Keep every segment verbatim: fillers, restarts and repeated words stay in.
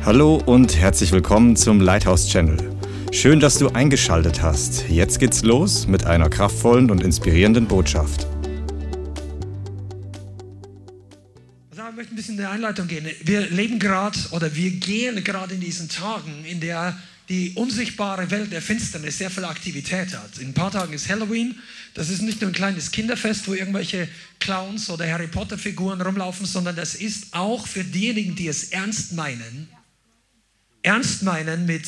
Hallo und herzlich willkommen zum Lighthouse Channel. Schön, dass du eingeschaltet hast. Jetzt geht's los mit einer kraftvollen und inspirierenden Botschaft. Also ich möchte ein bisschen in die Einleitung gehen. Wir leben gerade oder wir gehen gerade in diesen Tagen, in der die unsichtbare Welt der Finsternis sehr viel Aktivität hat. In ein paar Tagen ist Halloween. Das ist nicht nur ein kleines Kinderfest, wo irgendwelche Clowns oder Harry Potter Figuren rumlaufen, sondern das ist auch für diejenigen, die es ernst meinen, ernst meinen mit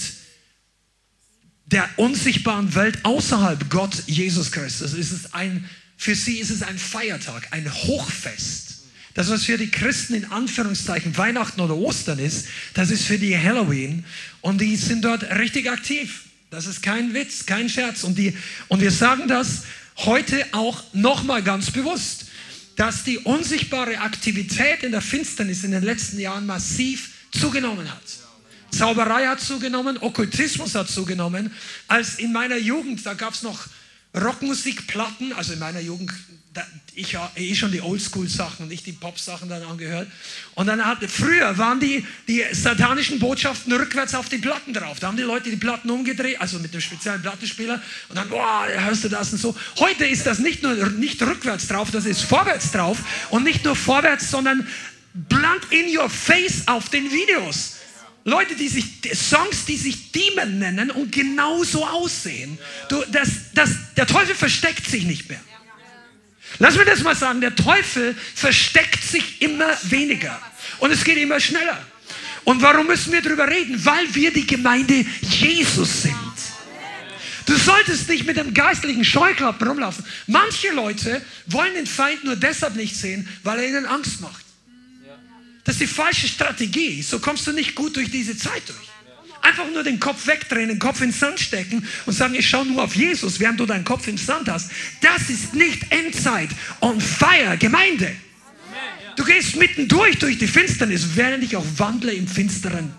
der unsichtbaren Welt außerhalb Gott, Jesus Christus. Es ist ein, für sie ist es ein Feiertag, ein Hochfest. Das, was für die Christen in Anführungszeichen Weihnachten oder Ostern ist, das ist für die Halloween. Und die sind dort richtig aktiv. Das ist kein Witz, kein Scherz. Und, die, und wir sagen das heute auch nochmal ganz bewusst, dass die unsichtbare Aktivität in der Finsternis in den letzten Jahren massiv zugenommen hat. Zauberei hat zugenommen, Okkultismus hat zugenommen. Als in meiner Jugend, da gab es noch Rockmusikplatten, also in meiner Jugend, da, ich habe eh schon die Oldschool-Sachen, nicht die Pop-Sachen dann angehört. Und dann hat, früher waren die, die satanischen Botschaften rückwärts auf die Platten drauf. Da haben die Leute die Platten umgedreht, also mit einem speziellen Plattenspieler. Und dann, boah, hörst du das und so. Heute ist das nicht nur nicht rückwärts drauf, das ist vorwärts drauf. Und nicht nur vorwärts, sondern blank in your face auf den Videos. Leute, die sich, Songs, die sich Demon nennen und genauso aussehen. Du, das, das, der Teufel versteckt sich nicht mehr. Lass mir das mal sagen, der Teufel versteckt sich immer weniger. Und es geht immer schneller. Und warum müssen wir darüber reden? Weil wir die Gemeinde Jesus sind. Du solltest nicht mit dem geistlichen Scheuklappen rumlaufen. Manche Leute wollen den Feind nur deshalb nicht sehen, weil er ihnen Angst macht. Das ist die falsche Strategie. So kommst du nicht gut durch diese Zeit durch. Einfach nur den Kopf wegdrehen, den Kopf in den Sand stecken und sagen, ich schaue nur auf Jesus, während du deinen Kopf im Sand hast. Das ist nicht Endzeit on fire, Gemeinde. Du gehst mittendurch durch die Finsternis, während ich auch wandle im Finsteren.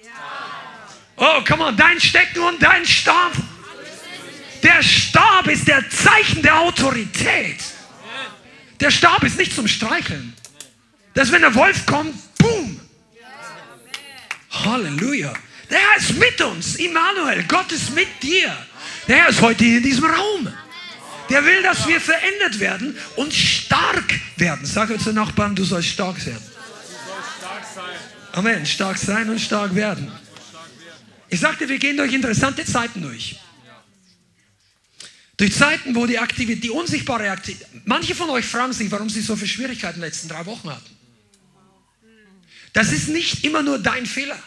Oh, come on, dein Stecken und dein Stab. Der Stab ist der Zeichen der Autorität. Der Stab ist nicht zum Streicheln. Dass wenn der Wolf kommt, boom. Halleluja. Der Herr ist mit uns. Immanuel, Gott ist mit dir. Der Herr ist heute hier in diesem Raum. Der will, dass wir verändert werden und stark werden. Sag zu Nachbarn, du sollst stark werden. Amen. Stark sein und stark werden. Ich sagte, wir gehen durch interessante Zeiten durch. Durch Zeiten, wo die Aktivität, die unsichtbare Aktivität, manche von euch fragen sich, warum sie so viele Schwierigkeiten in den letzten drei Wochen hatten. Das ist nicht immer nur dein Fehler.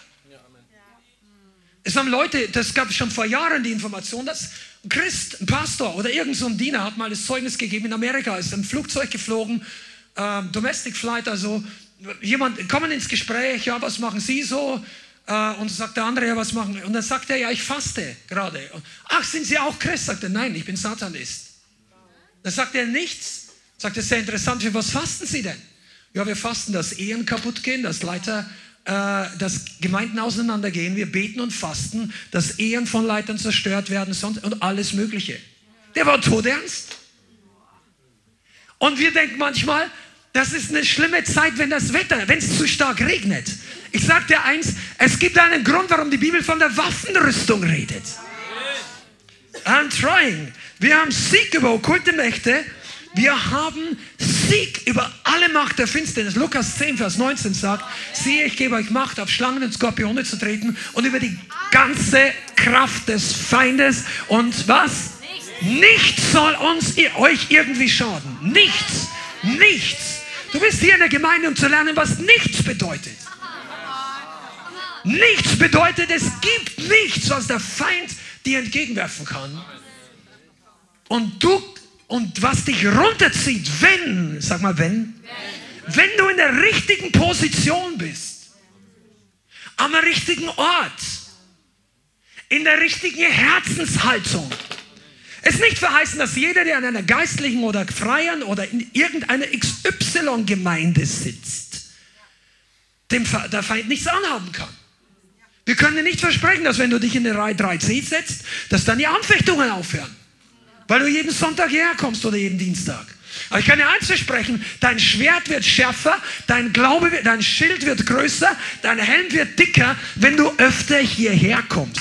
Es haben Leute, das gab es schon vor Jahren die Information, dass ein Christ, ein Pastor oder irgend so ein Diener hat mal das Zeugnis gegeben in Amerika, ist ein Flugzeug geflogen, äh, Domestic Flight, also jemand, kommen ins Gespräch, ja, was machen Sie so? Äh, und sagt der andere, ja, was machen? Und dann sagt er, ja, ich faste gerade. Ach, sind Sie auch Christ? Sagt er, nein, ich bin Satanist. Dann sagt er nichts. Sagt er, sehr interessant, für was fasten Sie denn? Ja, wir fasten, dass Ehen kaputt gehen, dass Leiter, äh, dass Gemeinden auseinandergehen. Wir beten und fasten, dass Ehen von Leitern zerstört werden sonst, und alles Mögliche. Der war todernst. Und wir denken manchmal, das ist eine schlimme Zeit, wenn das Wetter, wenn es zu stark regnet. Ich sage dir eins, es gibt einen Grund, warum die Bibel von der Waffenrüstung redet. I'm trying. Wir haben Sieg über okkulte Mächte. Wir haben Sieg über alle Macht der Finsternis. Lukas zehn, Vers neunzehn sagt, siehe, ich gebe euch Macht, auf Schlangen und Skorpione zu treten und über die ganze Kraft des Feindes. Und was? Nichts soll uns, euch irgendwie schaden. Nichts. Nichts. Du bist hier in der Gemeinde, um zu lernen, was nichts bedeutet. Nichts bedeutet, es gibt nichts, was der Feind dir entgegenwerfen kann. Und du Und was dich runterzieht, wenn, sag mal wenn, wenn, wenn du in der richtigen Position bist, am richtigen Ort, in der richtigen Herzenshaltung. Es ist nicht verheißen, dass jeder, der in einer geistlichen oder freien oder in irgendeiner X Y-Gemeinde sitzt, dem der Feind nichts anhaben kann. Wir können dir nicht versprechen, dass wenn du dich in die Reihe drei c setzt, dass dann die Anfechtungen aufhören. Weil du jeden Sonntag hierher kommst oder jeden Dienstag. Aber ich kann dir eins versprechen, dein Schwert wird schärfer, dein Glaube, wird, dein Schild wird größer, dein Helm wird dicker, wenn du öfter hierher kommst.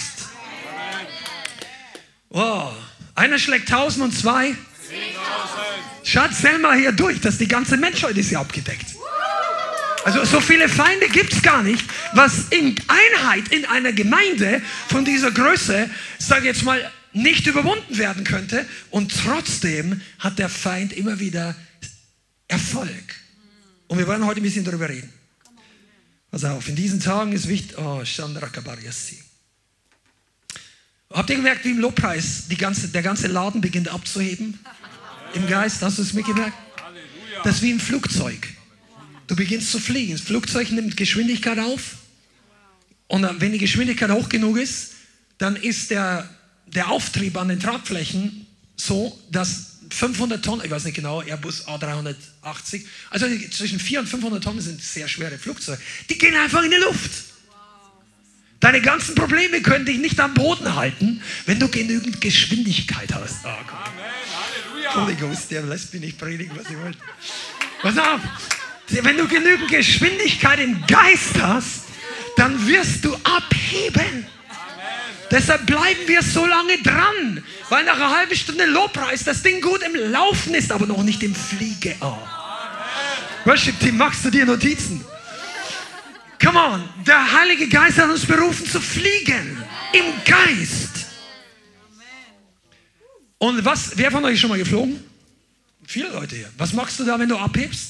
Wow. Einer schlägt tausend und zwei. Schaut, zähl mal hier durch, dass die ganze Menschheit ist hier abgedeckt. Also so viele Feinde gibt es gar nicht, was in Einheit in einer Gemeinde von dieser Größe, sage ich jetzt mal, nicht überwunden werden könnte. Und trotzdem hat der Feind immer wieder Erfolg. Und wir wollen heute ein bisschen darüber reden. Pass auf, in diesen Tagen ist wichtig, oh, Chandra Kabariasi. Habt ihr gemerkt, wie im Lobpreis die ganze, der ganze Laden beginnt abzuheben? Im Geist, hast du es mitgemerkt? Das ist wie ein Flugzeug. Du beginnst zu fliegen. Das Flugzeug nimmt Geschwindigkeit auf. Und dann, wenn die Geschwindigkeit hoch genug ist, dann ist der, der Auftrieb an den Tragflächen so, dass fünfhundert Tonnen, ich weiß nicht genau, Airbus A dreihundertachtzig, also zwischen vierhundert und fünfhundert Tonnen sind sehr schwere Flugzeuge. Die gehen einfach in die Luft. Deine ganzen Probleme können dich nicht am Boden halten, wenn du genügend Geschwindigkeit hast. Oh, Holy Ghost, der lässt mich nicht predigen, was ich wollte. Pass auf, wenn du genügend Geschwindigkeit im Geist hast, dann wirst du abheben. Amen. Deshalb bleiben wir so lange dran, weil nach einer halben Stunde Lobpreis das Ding gut im Laufen ist, aber noch nicht im Fliegearm. Worship-Team, machst du dir Notizen? Come on, der Heilige Geist hat uns berufen zu fliegen, im Geist. Und was, wer von euch ist schon mal geflogen? Viele Leute hier. Was machst du da, wenn du abhebst?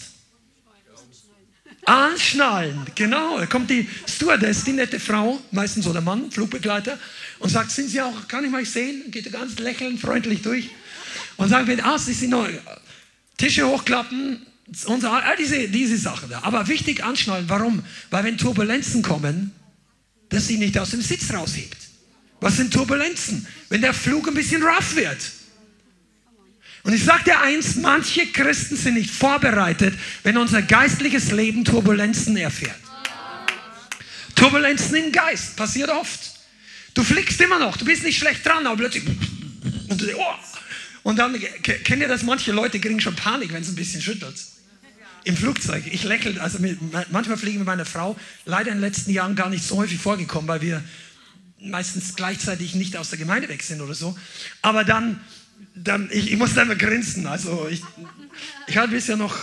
Anschnallen, genau. Da kommt die Stewardess, die nette Frau, meistens oder Mann, Flugbegleiter, und sagt, sind Sie auch, kann ich mal sehen? Geht er ganz lächelnd, freundlich durch. Und sagt, ah, Sie sind noch Tische hochklappen, und so, all diese, diese Sachen da. Aber wichtig anschnallen, warum? Weil wenn Turbulenzen kommen, dass sie nicht aus dem Sitz raushebt. Was sind Turbulenzen? Wenn der Flug ein bisschen rough wird. Und ich sage dir eins, manche Christen sind nicht vorbereitet, wenn unser geistliches Leben Turbulenzen erfährt. Turbulenzen im Geist, passiert oft. Du fliegst immer noch, du bist nicht schlecht dran, aber plötzlich... Und, du, oh. Und dann, kennt ihr das, manche Leute kriegen schon Panik, wenn es ein bisschen schüttelt. Im Flugzeug. Ich lächle, also mit, manchmal fliege ich mit meiner Frau, leider in den letzten Jahren gar nicht so häufig vorgekommen, weil wir meistens gleichzeitig nicht aus der Gemeinde weg sind oder so. Aber dann... Dann, ich, ich muss da immer grinsen. Also ich, ich habe bisher noch,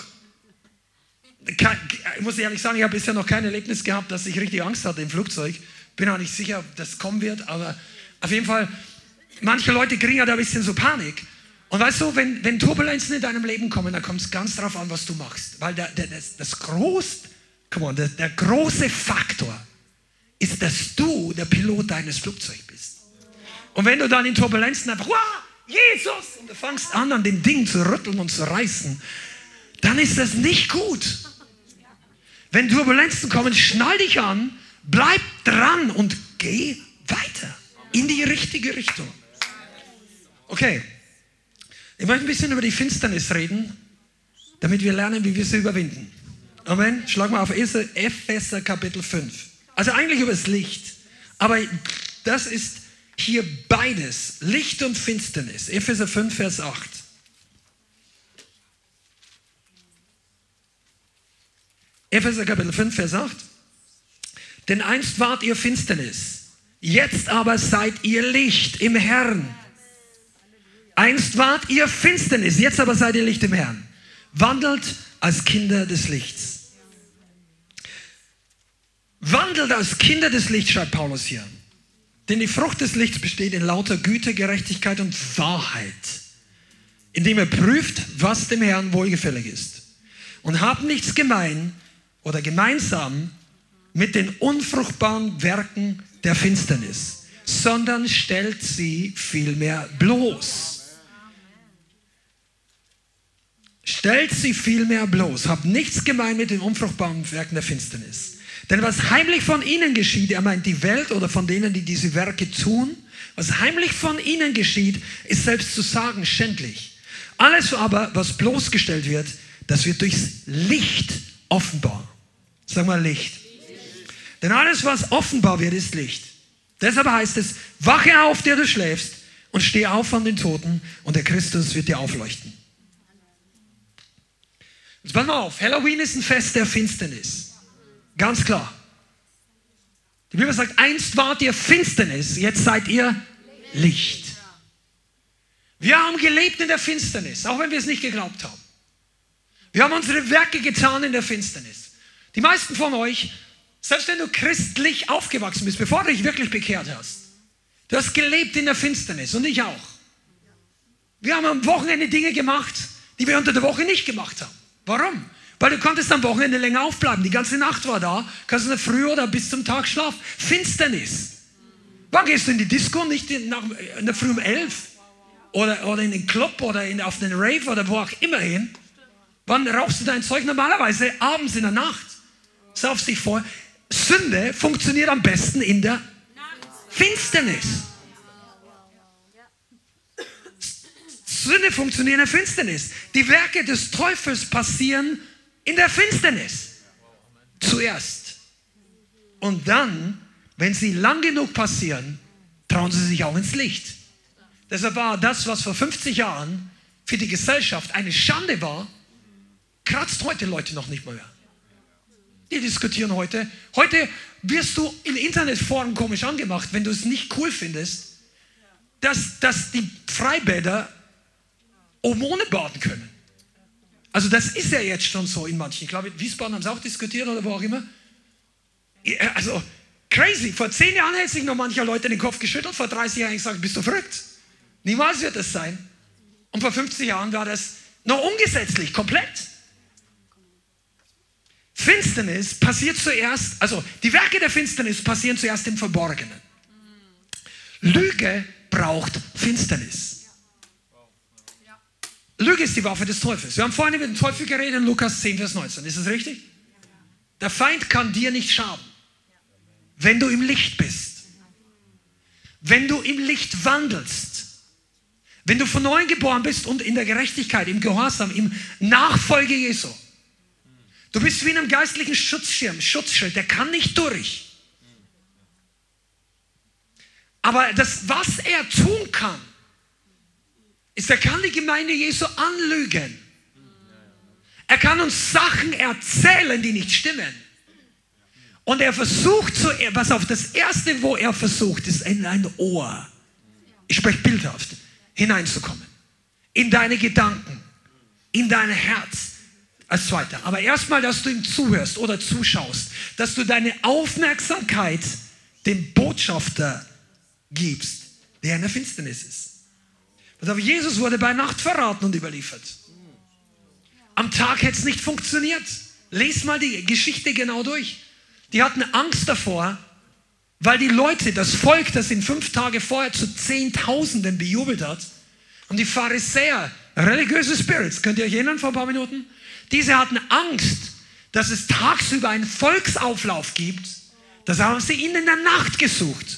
ich muss ehrlich sagen, ich habe bisher noch kein Erlebnis gehabt, dass ich richtig Angst hatte im Flugzeug. Bin auch nicht sicher, ob das kommen wird, aber auf jeden Fall, manche Leute kriegen ja da ein bisschen so Panik. Und weißt du, wenn, wenn Turbulenzen in deinem Leben kommen, dann kommt es ganz drauf an, was du machst. Weil der, der, das, das groß, come on, der, der große Faktor ist, dass du der Pilot deines Flugzeugs bist. Und wenn du dann in Turbulenzen einfach, wow, Jesus! Und du fängst an, an dem Ding zu rütteln und zu reißen, dann ist das nicht gut. Wenn Turbulenzen kommen, schnall dich an, bleib dran und geh weiter in die richtige Richtung. Okay, ich möchte ein bisschen über die Finsternis reden, damit wir lernen, wie wir sie überwinden. Amen. Schlag mal auf Epheser Kapitel fünf. Also eigentlich über das Licht, aber das ist hier beides, Licht und Finsternis. Epheser fünf, Vers acht. Epheser Kapitel fünf, Vers acht. Denn einst wart ihr Finsternis, jetzt aber seid ihr Licht im Herrn. Einst wart ihr Finsternis, jetzt aber seid ihr Licht im Herrn. Wandelt als Kinder des Lichts. Wandelt als Kinder des Lichts, schreibt Paulus hier. Denn die Frucht des Lichts besteht in lauter Güte, Gerechtigkeit und Wahrheit, indem er prüft, was dem Herrn wohlgefällig ist. Und habt nichts gemein oder gemeinsam mit den unfruchtbaren Werken der Finsternis, sondern stellt sie vielmehr bloß. Stellt sie vielmehr bloß. Habt nichts gemein mit den unfruchtbaren Werken der Finsternis. Denn was heimlich von ihnen geschieht, er meint die Welt oder von denen, die diese Werke tun, was heimlich von ihnen geschieht, ist selbst zu sagen schändlich. Alles aber, was bloßgestellt wird, das wird durchs Licht offenbar. Sag mal Licht. Denn alles, was offenbar wird, ist Licht. Deshalb heißt es, wache auf, der du schläfst, und steh auf von den Toten, und der Christus wird dir aufleuchten. Jetzt pass mal auf, Halloween ist ein Fest der Finsternis. Ganz klar. Die Bibel sagt, einst wart ihr Finsternis, jetzt seid ihr Licht. Wir haben gelebt in der Finsternis, auch wenn wir es nicht geglaubt haben. Wir haben unsere Werke getan in der Finsternis. Die meisten von euch, selbst wenn du christlich aufgewachsen bist, bevor du dich wirklich bekehrt hast, du hast gelebt in der Finsternis und ich auch. Wir haben am Wochenende Dinge gemacht, die wir unter der Woche nicht gemacht haben. Warum? Weil du konntest am Wochenende länger aufbleiben. Die ganze Nacht war da, kannst du in der Früh oder bis zum Tag schlafen. Finsternis. Wann gehst du in die Disco? Nicht in, nach, in der Früh um elf? Oder, oder in den Club oder in, auf den Rave oder wo auch immer hin. Wann rauchst du dein Zeug? Normalerweise abends in der Nacht. Saufst dich vor. Sünde funktioniert am besten in der Finsternis. Sünde funktioniert in der Finsternis. Die Werke des Teufels passieren in der Finsternis. Zuerst. Und dann, wenn sie lang genug passieren, trauen sie sich auch ins Licht. Deshalb war das, was vor fünfzig Jahren für die Gesellschaft eine Schande war, kratzt heute Leute noch nicht mal mehr. Die diskutieren heute. Heute wirst du in Internetforen komisch angemacht, wenn du es nicht cool findest, dass, dass die Freibäder oben ohne baden können. Also das ist ja jetzt schon so in manchen. Ich glaube, in Wiesbaden haben sie auch diskutiert oder wo auch immer. Also crazy. Vor zehn Jahren hätte sich noch mancher Leute den Kopf geschüttelt. Vor dreißig Jahren gesagt, bist du verrückt? Niemals wird das sein. Und vor fünfzig Jahren war das noch ungesetzlich, komplett. Finsternis passiert zuerst, also die Werke der Finsternis passieren zuerst im Verborgenen. Lüge braucht Finsternis. Lüge ist die Waffe des Teufels. Wir haben vorhin über den Teufel geredet in Lukas zehn, Vers neunzehn. Ist das richtig? Der Feind kann dir nicht schaden, wenn du im Licht bist. Wenn du im Licht wandelst. Wenn du von neuem geboren bist und in der Gerechtigkeit, im Gehorsam, im Nachfolge Jesu. Du bist wie in einem geistlichen Schutzschirm, Schutzschild, der kann nicht durch. Aber das, was er tun kann, ist, er kann die Gemeinde Jesu anlügen. Er kann uns Sachen erzählen, die nicht stimmen. Und er versucht, zu, was auf das Erste, wo er versucht, ist in ein Ohr, ich spreche bildhaft, hineinzukommen. In deine Gedanken, in dein Herz. Als Zweiter. Aber erstmal, dass du ihm zuhörst oder zuschaust, dass du deine Aufmerksamkeit dem Botschafter gibst, der in der Finsternis ist. Aber Jesus wurde bei Nacht verraten und überliefert. Am Tag hätte es nicht funktioniert. Lies mal die Geschichte genau durch. Die hatten Angst davor, weil die Leute, das Volk, das ihn fünf Tage vorher zu Zehntausenden bejubelt hat, und die Pharisäer, religiöse Spirits, könnt ihr euch erinnern vor ein paar Minuten? Diese hatten Angst, dass es tagsüber einen Volksauflauf gibt. Das haben sie ihn in der Nacht gesucht.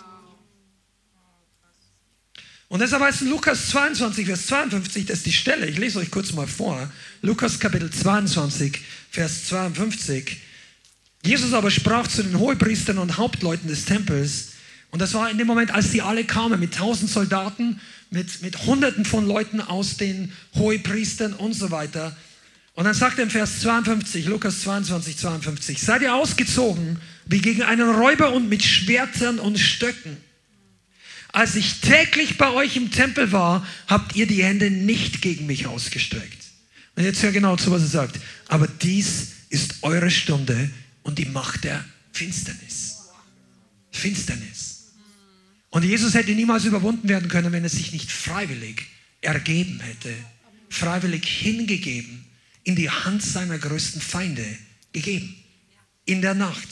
Und deshalb heißt in Lukas zweiundzwanzig, Vers zweiundfünfzig, das ist die Stelle, ich lese euch kurz mal vor. Lukas Kapitel zweiundzwanzig, Vers zweiundfünfzig. Jesus aber sprach zu den Hohepriestern und Hauptleuten des Tempels. Und das war in dem Moment, als die alle kamen, mit tausend Soldaten, mit, mit Hunderten von Leuten aus den Hohepriestern und so weiter. Und dann sagt er im Vers zweiundfünfzig, Lukas zweiundzwanzig, zweiundfünfzig, seid ihr ausgezogen wie gegen einen Räuber und mit Schwertern und Stöcken. Als ich täglich bei euch im Tempel war, habt ihr die Hände nicht gegen mich ausgestreckt. Und jetzt hör genau zu, was er sagt. Aber dies ist eure Stunde und die Macht der Finsternis. Finsternis. Und Jesus hätte niemals überwunden werden können, wenn er sich nicht freiwillig ergeben hätte. Freiwillig hingegeben, in die Hand seiner größten Feinde gegeben. In der Nacht.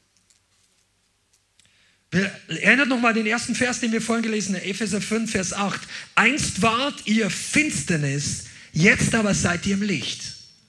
Erinnert nochmal den ersten Vers, den wir vorhin gelesen haben, Epheser fünf, Vers acht. Einst wart ihr Finsternis, jetzt aber seid ihr im Licht.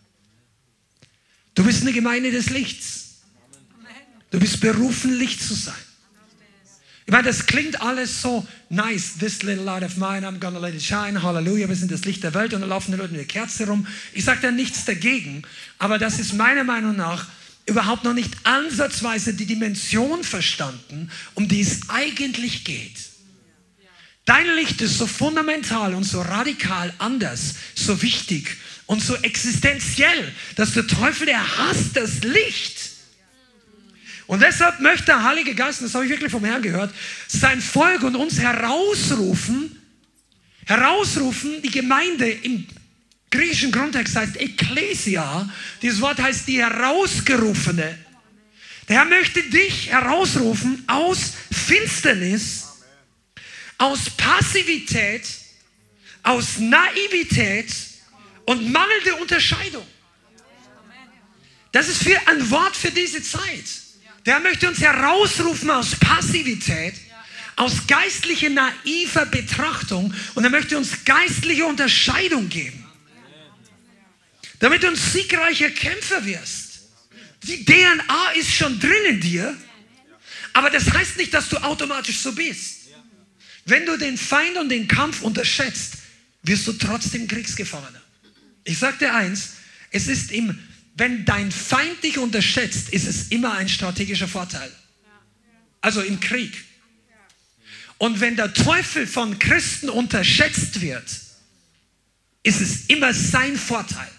Du bist eine Gemeinde des Lichts. Du bist berufen, Licht zu sein. Ich meine, das klingt alles so nice. This little light of mine, I'm gonna let it shine. Halleluja, wir sind das Licht der Welt und da laufen die Leute mit der Kerze rum. Ich sage da nichts dagegen, aber das ist meiner Meinung nach überhaupt noch nicht ansatzweise die Dimension verstanden, um die es eigentlich geht. Dein Licht ist so fundamental und so radikal anders, so wichtig und so existenziell, dass der Teufel, der hasst das Licht. Und deshalb möchte der Heilige Geist, und das habe ich wirklich vom Herrn gehört, sein Volk und uns herausrufen, herausrufen, die Gemeinde im griechischen Grundtext heißt Ekklesia, dieses Wort heißt die Herausgerufene. Der Herr möchte dich herausrufen aus Finsternis, aus Passivität, aus Naivität und mangelnde Unterscheidung. Das ist für ein Wort für diese Zeit. Der Herr möchte uns herausrufen aus Passivität, aus geistlicher naiver Betrachtung, und er möchte uns geistliche Unterscheidung geben, damit du ein siegreicher Kämpfer wirst. Die D N A ist schon drin in dir, aber das heißt nicht, dass du automatisch so bist. Wenn du den Feind und den Kampf unterschätzt, wirst du trotzdem Kriegsgefangener. Ich sage dir eins, es ist im, wenn dein Feind dich unterschätzt, ist es immer ein strategischer Vorteil. Also im Krieg. Und wenn der Teufel von Christen unterschätzt wird, ist es immer sein Vorteil.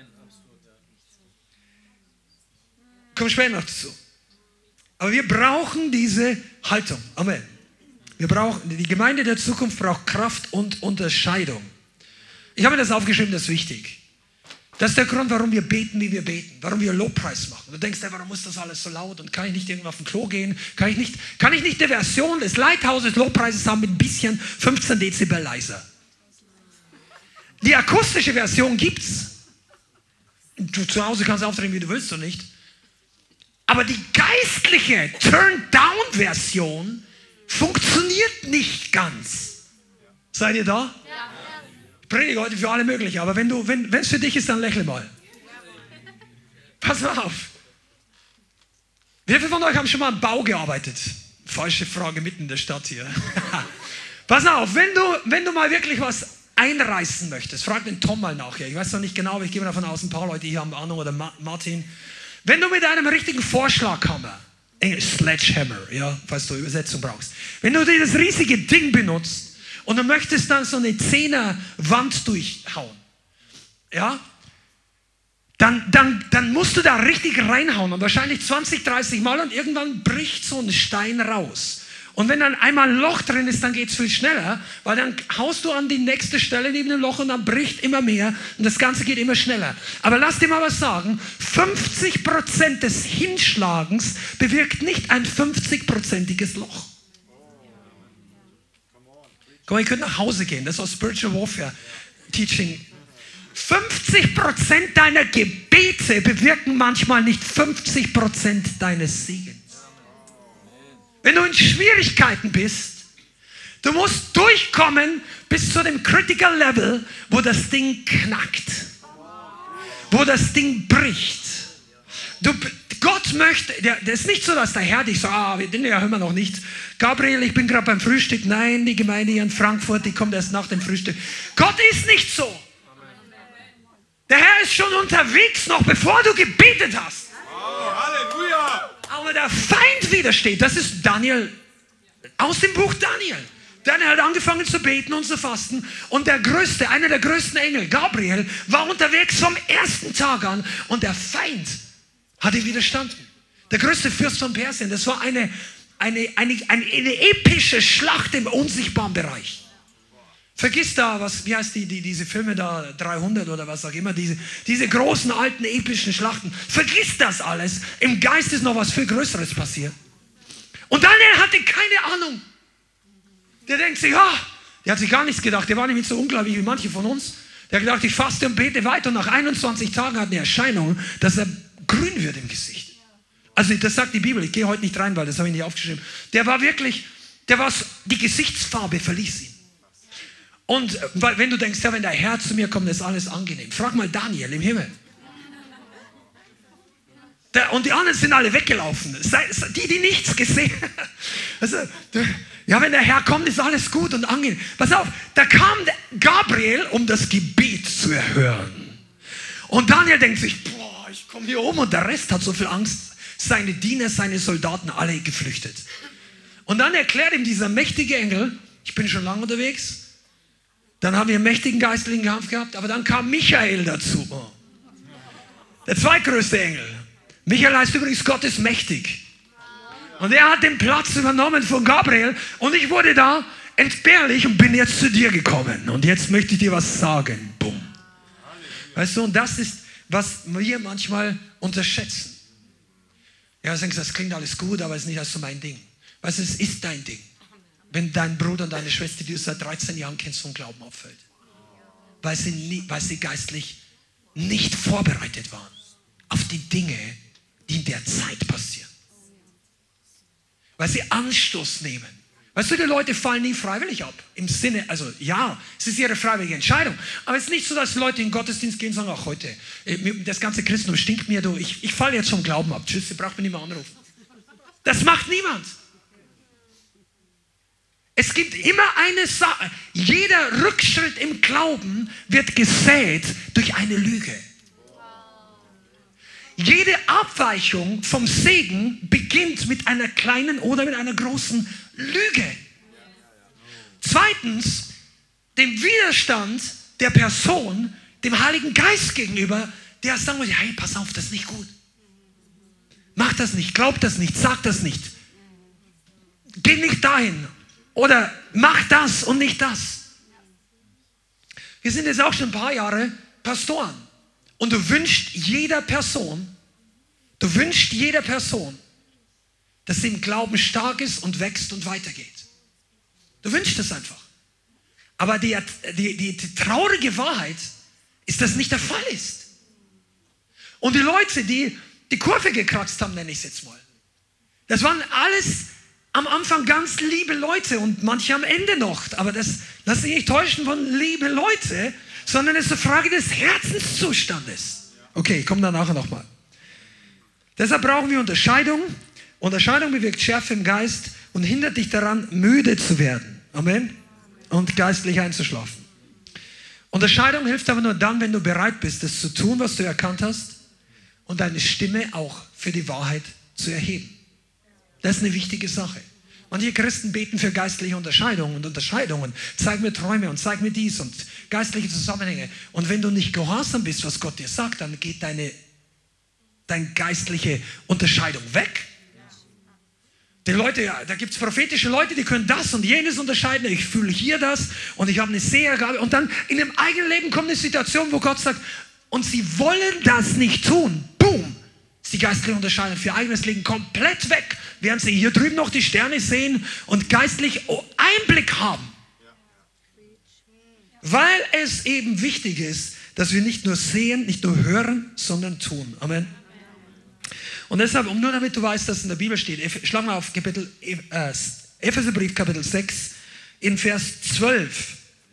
Komm später noch dazu. Aber wir brauchen diese Haltung. Amen. Wir brauchen, die Gemeinde der Zukunft braucht Kraft und Unterscheidung. Ich habe mir das aufgeschrieben, das ist wichtig. Das ist der Grund, warum wir beten, wie wir beten. Warum wir Lobpreis machen. Du denkst, warum muss das alles so laut? Und kann ich nicht irgendwo auf den Klo gehen? Kann ich nicht, kann ich nicht die Version des Lighthouses Lobpreises haben mit ein bisschen fünfzehn Dezibel leiser? Die akustische Version gibt's. Du zu Hause kannst aufdrehen, wie du willst und nicht. Aber die geistliche Turn-Down-Version funktioniert nicht ganz. Seid ihr da? Ja. Ich predige heute für alle möglichen, aber wenn du, wenn es für dich ist, dann lächle mal. Pass mal auf. Wie viele von euch haben schon mal im Bau gearbeitet? Falsche Frage mitten in der Stadt hier. Pass auf, wenn du, wenn du mal wirklich was einreißen möchtest, frag den Tom mal nachher. Ich weiß noch nicht genau, aber ich gehe davon aus, ein paar Leute hier haben Ahnung, oder Martin. Wenn du mit einem richtigen Vorschlaghammer, Englisch Sledgehammer, ja, falls du Übersetzung brauchst, wenn du dieses riesige Ding benutzt und du möchtest dann so eine Zehner-Wand durchhauen, ja, dann, dann, dann musst du da richtig reinhauen und wahrscheinlich zwanzig, dreißig Mal, und irgendwann bricht so ein Stein raus. Und wenn dann einmal ein Loch drin ist, dann geht es viel schneller, weil dann haust du an die nächste Stelle neben dem Loch und dann bricht immer mehr und das Ganze geht immer schneller. Aber lass dir mal was sagen, fünfzig Prozent des Hinschlagens bewirkt nicht ein fünfzig-prozentiges Loch. Guck mal, ihr könnt nach Hause gehen, das ist auch Spiritual Warfare Teaching. fünfzig Prozent deiner Gebete bewirken manchmal nicht fünfzig Prozent deines Siegens. Wenn du in Schwierigkeiten bist, du musst durchkommen bis zu dem Critical Level, wo das Ding knackt, wo das Ding bricht. Du, Gott möchte, der, der ist nicht so, dass der Herr dich so, ah, den hören wir noch nicht. Gabriel, ich bin gerade beim Frühstück. Nein, die Gemeinde hier in Frankfurt, die kommt erst nach dem Frühstück. Gott ist nicht so. Der Herr ist schon unterwegs, noch bevor du gebetet hast. Oh, Halleluja! Aber der Feind widersteht. Das ist Daniel, aus dem Buch Daniel. Daniel hat angefangen zu beten und zu fasten. Und der größte, einer der größten Engel, Gabriel, war unterwegs vom ersten Tag an. Und der Feind hat ihm widerstanden. Der größte Fürst von Persien. Das war eine, eine, eine, eine, eine epische Schlacht im unsichtbaren Bereich. Vergiss da, was, wie heißt die, die, diese Filme da, dreihundert oder was auch immer, diese, diese großen, alten, epischen Schlachten. Vergiss das alles. Im Geist ist noch was viel Größeres passiert. Und Daniel hatte keine Ahnung. Der denkt sich, ja, der hat sich gar nichts gedacht. Der war nämlich so unglaublich wie manche von uns. Der hat gedacht, ich faste und bete weiter. Und nach einundzwanzig Tagen hat eine Erscheinung, dass er grün wird im Gesicht. Also das sagt die Bibel. Ich gehe heute nicht rein, weil das habe ich nicht aufgeschrieben. Der war wirklich, der war, die Gesichtsfarbe verließ ihn. Und wenn du denkst, ja, wenn der Herr zu mir kommt, ist alles angenehm. Frag mal Daniel im Himmel. Der, und die anderen sind alle weggelaufen. Die, die nichts gesehen haben. Also, ja, wenn der Herr kommt, ist alles gut und angenehm. Pass auf, da kam Gabriel, um das Gebet zu erhören. Und Daniel denkt sich, boah, ich komme hier um, und der Rest hat so viel Angst. Seine Diener, seine Soldaten, alle geflüchtet. Und dann erklärt ihm dieser mächtige Engel, ich bin schon lange unterwegs, Dann haben wir einen mächtigen geistlichen Kampf gehabt, aber dann kam Michael dazu. Der zweitgrößte Engel. Michael heißt übrigens, Gott ist mächtig. Und er hat den Platz übernommen von Gabriel und ich wurde da entbehrlich und bin jetzt zu dir gekommen. Und jetzt möchte ich dir was sagen. Bumm. Weißt du, und das ist, was wir manchmal unterschätzen. Ja, du denkst, das klingt alles gut, aber es ist nicht so mein Ding. Weißt du, es ist dein Ding. Wenn dein Bruder und deine Schwester, die du seit dreizehn Jahren kennst, vom Glauben auffällt. Weil sie, nie, weil sie geistlich nicht vorbereitet waren auf die Dinge, die in der Zeit passieren. Weil sie Anstoß nehmen. Weißt du, die Leute fallen nie freiwillig ab. Im Sinne, also ja, es ist ihre freiwillige Entscheidung. Aber es ist nicht so, dass Leute in den Gottesdienst gehen und sagen, ach heute, das ganze Christentum stinkt mir, du, ich, ich falle jetzt vom Glauben ab. Tschüss, ihr braucht mich nicht mehr anrufen. Das macht niemand. Es gibt immer eine Sache. Jeder Rückschritt im Glauben wird gesät durch eine Lüge. Jede Abweichung vom Segen beginnt mit einer kleinen oder mit einer großen Lüge. Zweitens, dem Widerstand der Person, dem Heiligen Geist gegenüber, der sagen muss, hey, pass auf, das ist nicht gut. Mach das nicht, glaub das nicht, sag das nicht. Geh nicht dahin. Oder mach das und nicht das. Wir sind jetzt auch schon ein paar Jahre Pastoren. Und du wünschst jeder Person, du wünschst jeder Person, dass sie im Glauben stark ist und wächst und weitergeht. Du wünschst es einfach. Aber die, die, die, die traurige Wahrheit ist, dass nicht der Fall ist. Und die Leute, die die Kurve gekratzt haben, nenne ich es jetzt mal, das waren alles am Anfang ganz liebe Leute und manche am Ende noch. Aber das lass dich nicht täuschen von liebe Leute, sondern es ist eine Frage des Herzenszustandes. Okay, ich komme da nachher nochmal. Deshalb brauchen wir Unterscheidung. Unterscheidung bewirkt Schärfe im Geist und hindert dich daran, müde zu werden. Amen. Und geistlich einzuschlafen. Unterscheidung hilft aber nur dann, wenn du bereit bist, das zu tun, was du erkannt hast und deine Stimme auch für die Wahrheit zu erheben. Das ist eine wichtige Sache. Manche Christen beten für geistliche Unterscheidungen und Unterscheidungen. Zeig mir Träume und zeig mir dies und geistliche Zusammenhänge. Und wenn du nicht gehorsam bist, was Gott dir sagt, dann geht deine, deine geistliche Unterscheidung weg. Die Leute, da gibt es prophetische Leute, die können das und jenes unterscheiden. Ich fühle hier das und ich habe eine Sehergabe. Und dann in dem eigenen Leben kommt eine Situation, wo Gott sagt, und sie wollen das nicht tun. Boom! Ist die geistliche Unterscheidung für ihr eigenes Leben komplett weg, während sie hier drüben noch die Sterne sehen und geistlich Einblick haben. Weil es eben wichtig ist, dass wir nicht nur sehen, nicht nur hören, sondern tun. Amen. Und deshalb, um nur damit du weißt, dass in der Bibel steht, schlag mal auf Kapitel, äh, Epheserbrief Kapitel sechs in Vers zwölf.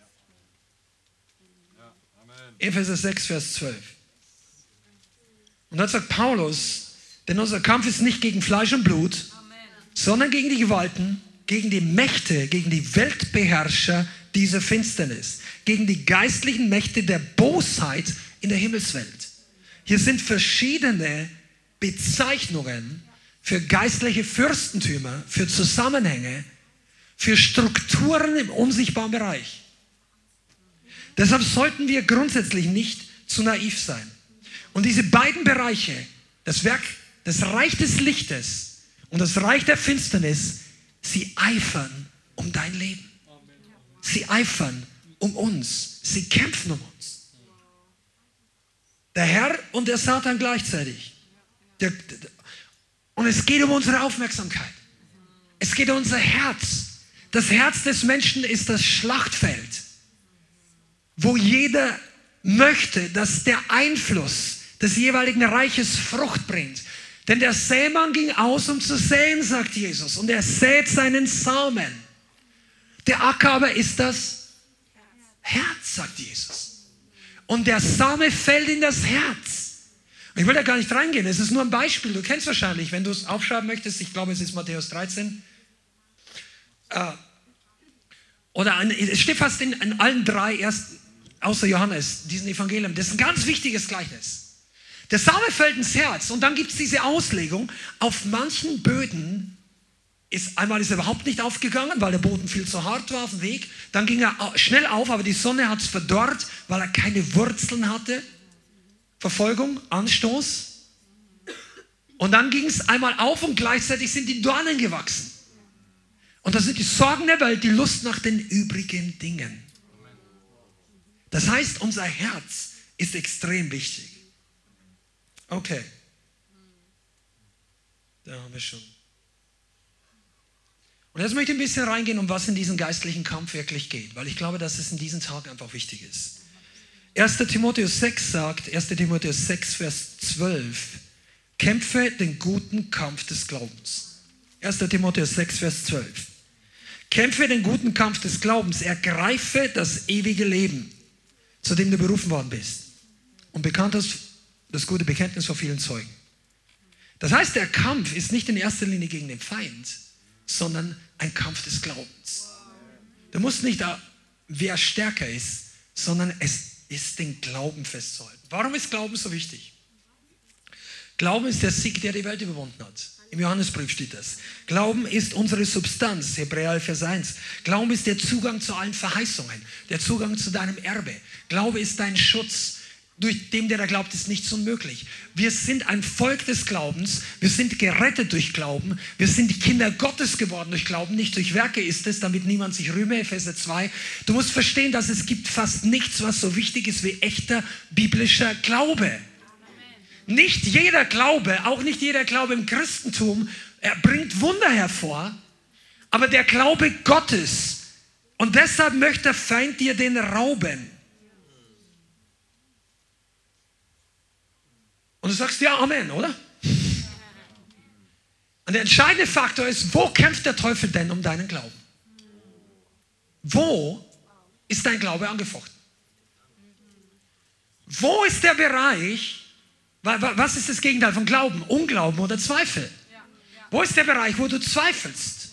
Epheser sechs, Vers zwölf. Und dann sagt Paulus, denn unser Kampf ist nicht gegen Fleisch und Blut, Amen, sondern gegen die Gewalten, gegen die Mächte, gegen die Weltbeherrscher dieser Finsternis, gegen die geistlichen Mächte der Bosheit in der Himmelswelt. Hier sind verschiedene Bezeichnungen für geistliche Fürstentümer, für Zusammenhänge, für Strukturen im unsichtbaren Bereich. Deshalb sollten wir grundsätzlich nicht zu naiv sein. Und diese beiden Bereiche, das Werk, das Reich des Lichtes und das Reich der Finsternis, sie eifern um dein Leben. Sie eifern um uns. Sie kämpfen um uns. Der Herr und der Satan gleichzeitig. Der, der, und es geht um unsere Aufmerksamkeit. Es geht um unser Herz. Das Herz des Menschen ist das Schlachtfeld, wo jeder möchte, dass der Einfluss des jeweiligen Reiches Frucht bringt. Denn der Sämann ging aus, um zu säen, sagt Jesus. Und er sät seinen Samen. Der Acker aber ist das Herz, sagt Jesus. Und der Same fällt in das Herz. Ich will da gar nicht reingehen. Es ist nur ein Beispiel. Du kennst wahrscheinlich, wenn du es aufschreiben möchtest, ich glaube, es ist Matthäus dreizehn. Äh, oder ein, es steht fast in, in allen drei ersten, außer Johannes, diesen Evangelium. Das ist ein ganz wichtiges Gleichnis. Der Same fällt ins Herz und dann gibt es diese Auslegung, auf manchen Böden ist, einmal ist er überhaupt nicht aufgegangen, weil der Boden viel zu hart war auf dem Weg. Dann ging er schnell auf, aber die Sonne hat es verdorrt, weil er keine Wurzeln hatte. Verfolgung, Anstoß. Und dann ging es einmal auf und gleichzeitig sind die Dornen gewachsen. Und das sind die Sorgen der Welt, die Lust nach den übrigen Dingen. Das heißt, unser Herz ist extrem wichtig. Okay. Da haben wir schon. Und jetzt möchte ich ein bisschen reingehen, um was in diesem geistlichen Kampf wirklich geht, weil ich glaube, dass es in diesen Tagen einfach wichtig ist. erster Timotheus sechs sagt, erster Timotheus sechs, Vers zwölf, kämpfe den guten Kampf des Glaubens. erster Timotheus sechs, Vers zwölf. Kämpfe den guten Kampf des Glaubens, ergreife das ewige Leben, zu dem du berufen worden bist. Und bekannt hast das gute Bekenntnis vor vielen Zeugen. Das heißt, der Kampf ist nicht in erster Linie gegen den Feind, sondern ein Kampf des Glaubens. Du musst nicht, da, wer stärker ist, sondern es ist den Glauben festzuhalten. Warum ist Glauben so wichtig? Glauben ist der Sieg, der die Welt überwunden hat. Im Johannesbrief steht das. Glauben ist unsere Substanz, Hebräer elf, Vers eins. Glauben ist der Zugang zu allen Verheißungen, der Zugang zu deinem Erbe. Glaube ist dein Schutz. Durch dem, der da glaubt, ist nichts unmöglich. Wir sind ein Volk des Glaubens. Wir sind gerettet durch Glauben. Wir sind die Kinder Gottes geworden durch Glauben. Nicht durch Werke ist es, damit niemand sich rühme. Epheser zwei. Du musst verstehen, dass es gibt fast nichts, was so wichtig ist wie echter biblischer Glaube. Nicht jeder Glaube, auch nicht jeder Glaube im Christentum, er bringt Wunder hervor, aber der Glaube Gottes. Und deshalb möchte der Feind dir den rauben. Und du sagst, ja, Amen, oder? Und der entscheidende Faktor ist, wo kämpft der Teufel denn um deinen Glauben? Wo ist dein Glaube angefochten? Wo ist der Bereich, was ist das Gegenteil von Glauben? Unglauben oder Zweifel? Wo ist der Bereich, wo du zweifelst?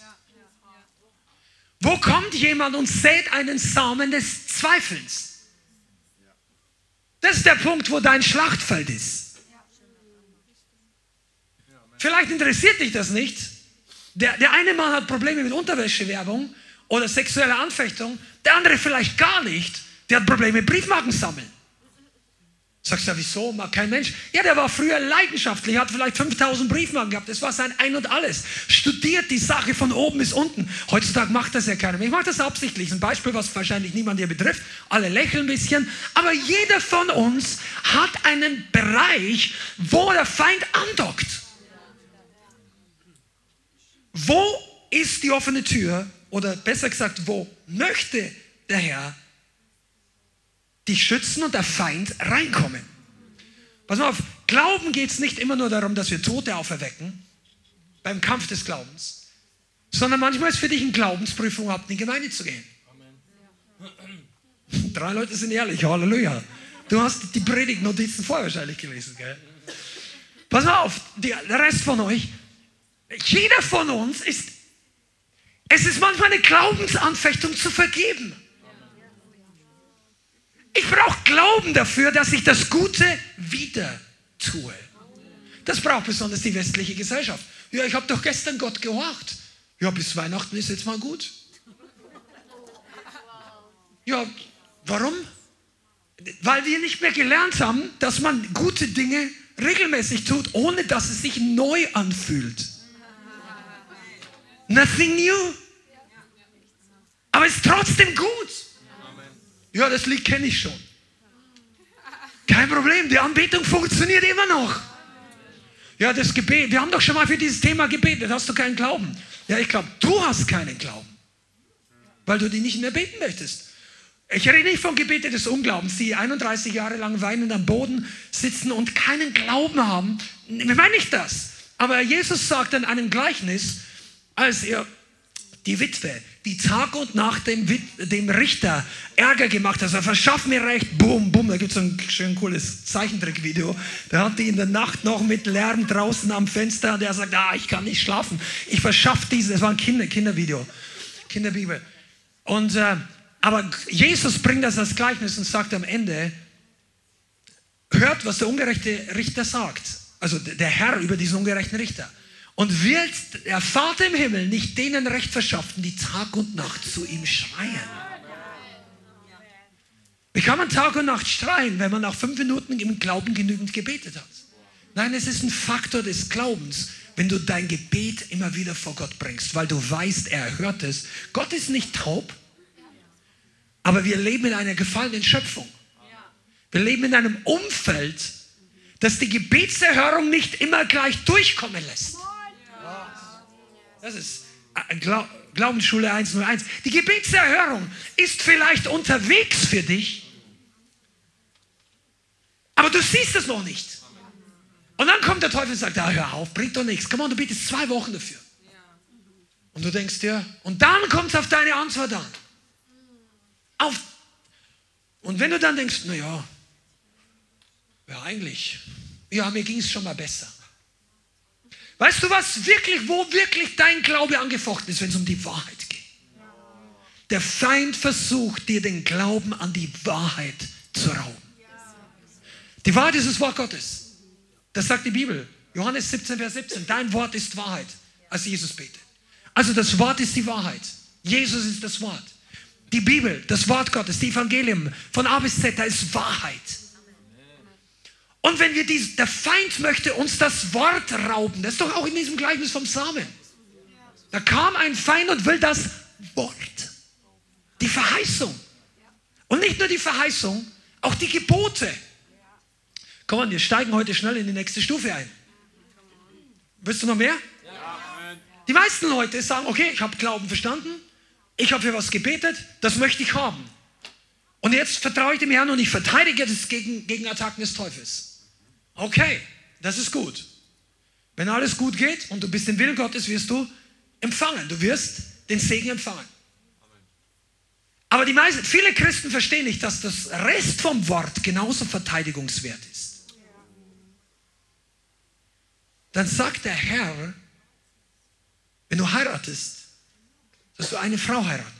Wo kommt jemand und sät einen Samen des Zweifels? Das ist der Punkt, wo dein Schlachtfeld ist. Vielleicht interessiert dich das nicht. Der, der eine Mann hat Probleme mit Unterwäschewerbung oder sexueller Anfechtung, der andere vielleicht gar nicht. Der hat Probleme mit Briefmarken sammeln. Sagst du, ja, wieso? Mag kein Mensch. Ja, der war früher leidenschaftlich, hat vielleicht fünftausend Briefmarken gehabt. Das war sein Ein und Alles. Studiert die Sache von oben bis unten. Heutzutage macht das ja keiner mehr. Ich mache das absichtlich. Ein Beispiel, was wahrscheinlich niemand hier betrifft. Alle lächeln ein bisschen. Aber jeder von uns hat einen Bereich, wo der Feind andockt. Wo ist die offene Tür? Oder besser gesagt, wo möchte der Herr dich schützen und der Feind reinkommen? Pass mal auf, Glauben geht es nicht immer nur darum, dass wir Tote auferwecken, beim Kampf des Glaubens, sondern manchmal ist für dich eine Glaubensprüfung, überhaupt in die Gemeinde zu gehen. Amen. Drei Leute sind ehrlich, Halleluja. Du hast die Predigtnotizen vorher wahrscheinlich gelesen, gell? Pass mal auf, die, der Rest von euch, jeder von uns ist, es ist manchmal eine Glaubensanfechtung zu vergeben. Ich brauche Glauben dafür, dass ich das Gute wieder tue. Das braucht besonders die westliche Gesellschaft. Ja, ich habe doch gestern Gott gehorcht. Ja, bis Weihnachten ist jetzt mal gut. Ja, warum? Weil wir nicht mehr gelernt haben, dass man gute Dinge regelmäßig tut, ohne dass es sich neu anfühlt. Nothing new. Aber es ist trotzdem gut. Ja, das Lied kenne ich schon. Kein Problem, die Anbetung funktioniert immer noch. Ja, das Gebet, wir haben doch schon mal für dieses Thema gebetet, hast du keinen Glauben? Ja, ich glaube, du hast keinen Glauben, weil du die nicht mehr beten möchtest. Ich rede nicht von Gebete des Unglaubens, die einunddreißig Jahre lang weinend am Boden sitzen und keinen Glauben haben. Wie meine ich das? Aber Jesus sagt in einem Gleichnis, als er die Witwe, die Tag und Nacht dem, dem Richter Ärger gemacht hat, also verschaff mir Recht, bum, bum, da gibt es ein schön cooles Zeichentrickvideo, da hat die in der Nacht noch mit Lärm draußen am Fenster und er sagt, ah, ich kann nicht schlafen, ich verschaff diese, das war ein Kinder, Kindervideo, Kinderbibel. Und, äh, aber Jesus bringt das als Gleichnis und sagt am Ende, hört, was der ungerechte Richter sagt, also der Herr über diesen ungerechten Richter. Und wird der Vater im Himmel nicht denen Recht verschaffen, die Tag und Nacht zu ihm schreien? Wie kann man Tag und Nacht schreien, wenn man nach fünf Minuten im Glauben genügend gebetet hat? Nein, es ist ein Faktor des Glaubens, wenn du dein Gebet immer wieder vor Gott bringst, weil du weißt, er hört es. Gott ist nicht taub, aber wir leben in einer gefallenen Schöpfung. Wir leben in einem Umfeld, das die Gebetserhörung nicht immer gleich durchkommen lässt. Das ist Glaubensschule hunderteins. Die Gebetserhörung ist vielleicht unterwegs für dich, aber du siehst es noch nicht. Und dann kommt der Teufel und sagt, ah, hör auf, bringt doch nichts. Komm on, du betest zwei Wochen dafür. Und du denkst dir, und dann kommt es auf deine Antwort an. Auf. Und wenn du dann denkst, naja, ja eigentlich, ja, mir ging es schon mal besser. Weißt du was, wirklich, wo wirklich dein Glaube angefochten ist, wenn es um die Wahrheit geht? Der Feind versucht, dir den Glauben an die Wahrheit zu rauben. Die Wahrheit ist das Wort Gottes. Das sagt die Bibel. Johannes siebzehn, Vers siebzehn. Dein Wort ist Wahrheit, als Jesus betet. Also das Wort ist die Wahrheit. Jesus ist das Wort. Die Bibel, das Wort Gottes, die Evangelium, von A bis Z, da ist Wahrheit. Und wenn wir dies, der Feind möchte uns das Wort rauben, das ist doch auch in diesem Gleichnis vom Samen. Da kam ein Feind und will das Wort, die Verheißung. Und nicht nur die Verheißung, auch die Gebote. Komm on, wir steigen heute schnell in die nächste Stufe ein. Willst du noch mehr? Ja. Die meisten Leute sagen, okay, ich habe Glauben verstanden, ich habe für was gebetet, das möchte ich haben. Und jetzt vertraue ich dem Herrn und ich verteidige das gegen, gegen Attacken des Teufels. Okay, das ist gut. Wenn alles gut geht und du bist im Willen Gottes, wirst du empfangen. Du wirst den Segen empfangen. Aber die meisten, viele Christen verstehen nicht, dass das Rest vom Wort genauso verteidigungswert ist. Dann sagt der Herr, wenn du heiratest, dass du eine Frau heiraten.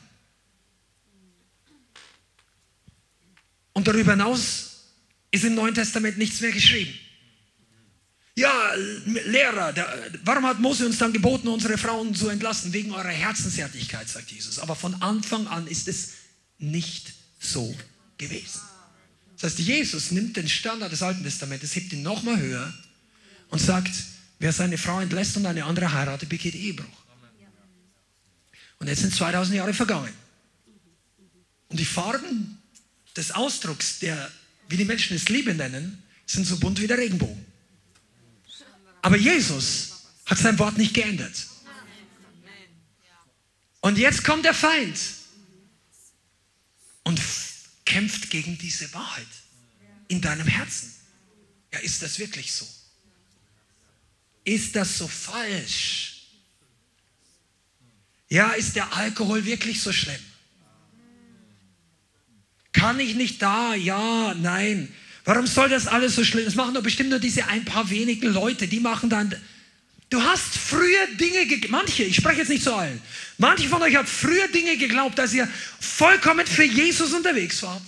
Und darüber hinaus ist im Neuen Testament nichts mehr geschrieben. Ja, Lehrer, der, warum hat Mose uns dann geboten, unsere Frauen zu entlassen? Wegen eurer Herzenshärtigkeit, sagt Jesus. Aber von Anfang an ist es nicht so gewesen. Das heißt, Jesus nimmt den Standard des Alten Testamentes, hebt ihn nochmal höher und sagt, wer seine Frau entlässt und eine andere heiratet, begeht Ehebruch. Und jetzt sind zweitausend Jahre vergangen. Und die Farben des Ausdrucks, der, wie die Menschen es Liebe nennen, sind so bunt wie der Regenbogen. Aber Jesus hat sein Wort nicht geändert. Und jetzt kommt der Feind und kämpft gegen diese Wahrheit in deinem Herzen. Ja, ist das wirklich so? Ist das so falsch? Ja, ist der Alkohol wirklich so schlimm? Kann ich nicht da? Ja, nein. Warum soll das alles so schlimm? Das machen doch bestimmt nur diese ein paar wenigen Leute, die machen dann... Du hast früher Dinge, ge- manche, ich spreche jetzt nicht zu allen, manche von euch haben früher Dinge geglaubt, dass ihr vollkommen für Jesus unterwegs wart.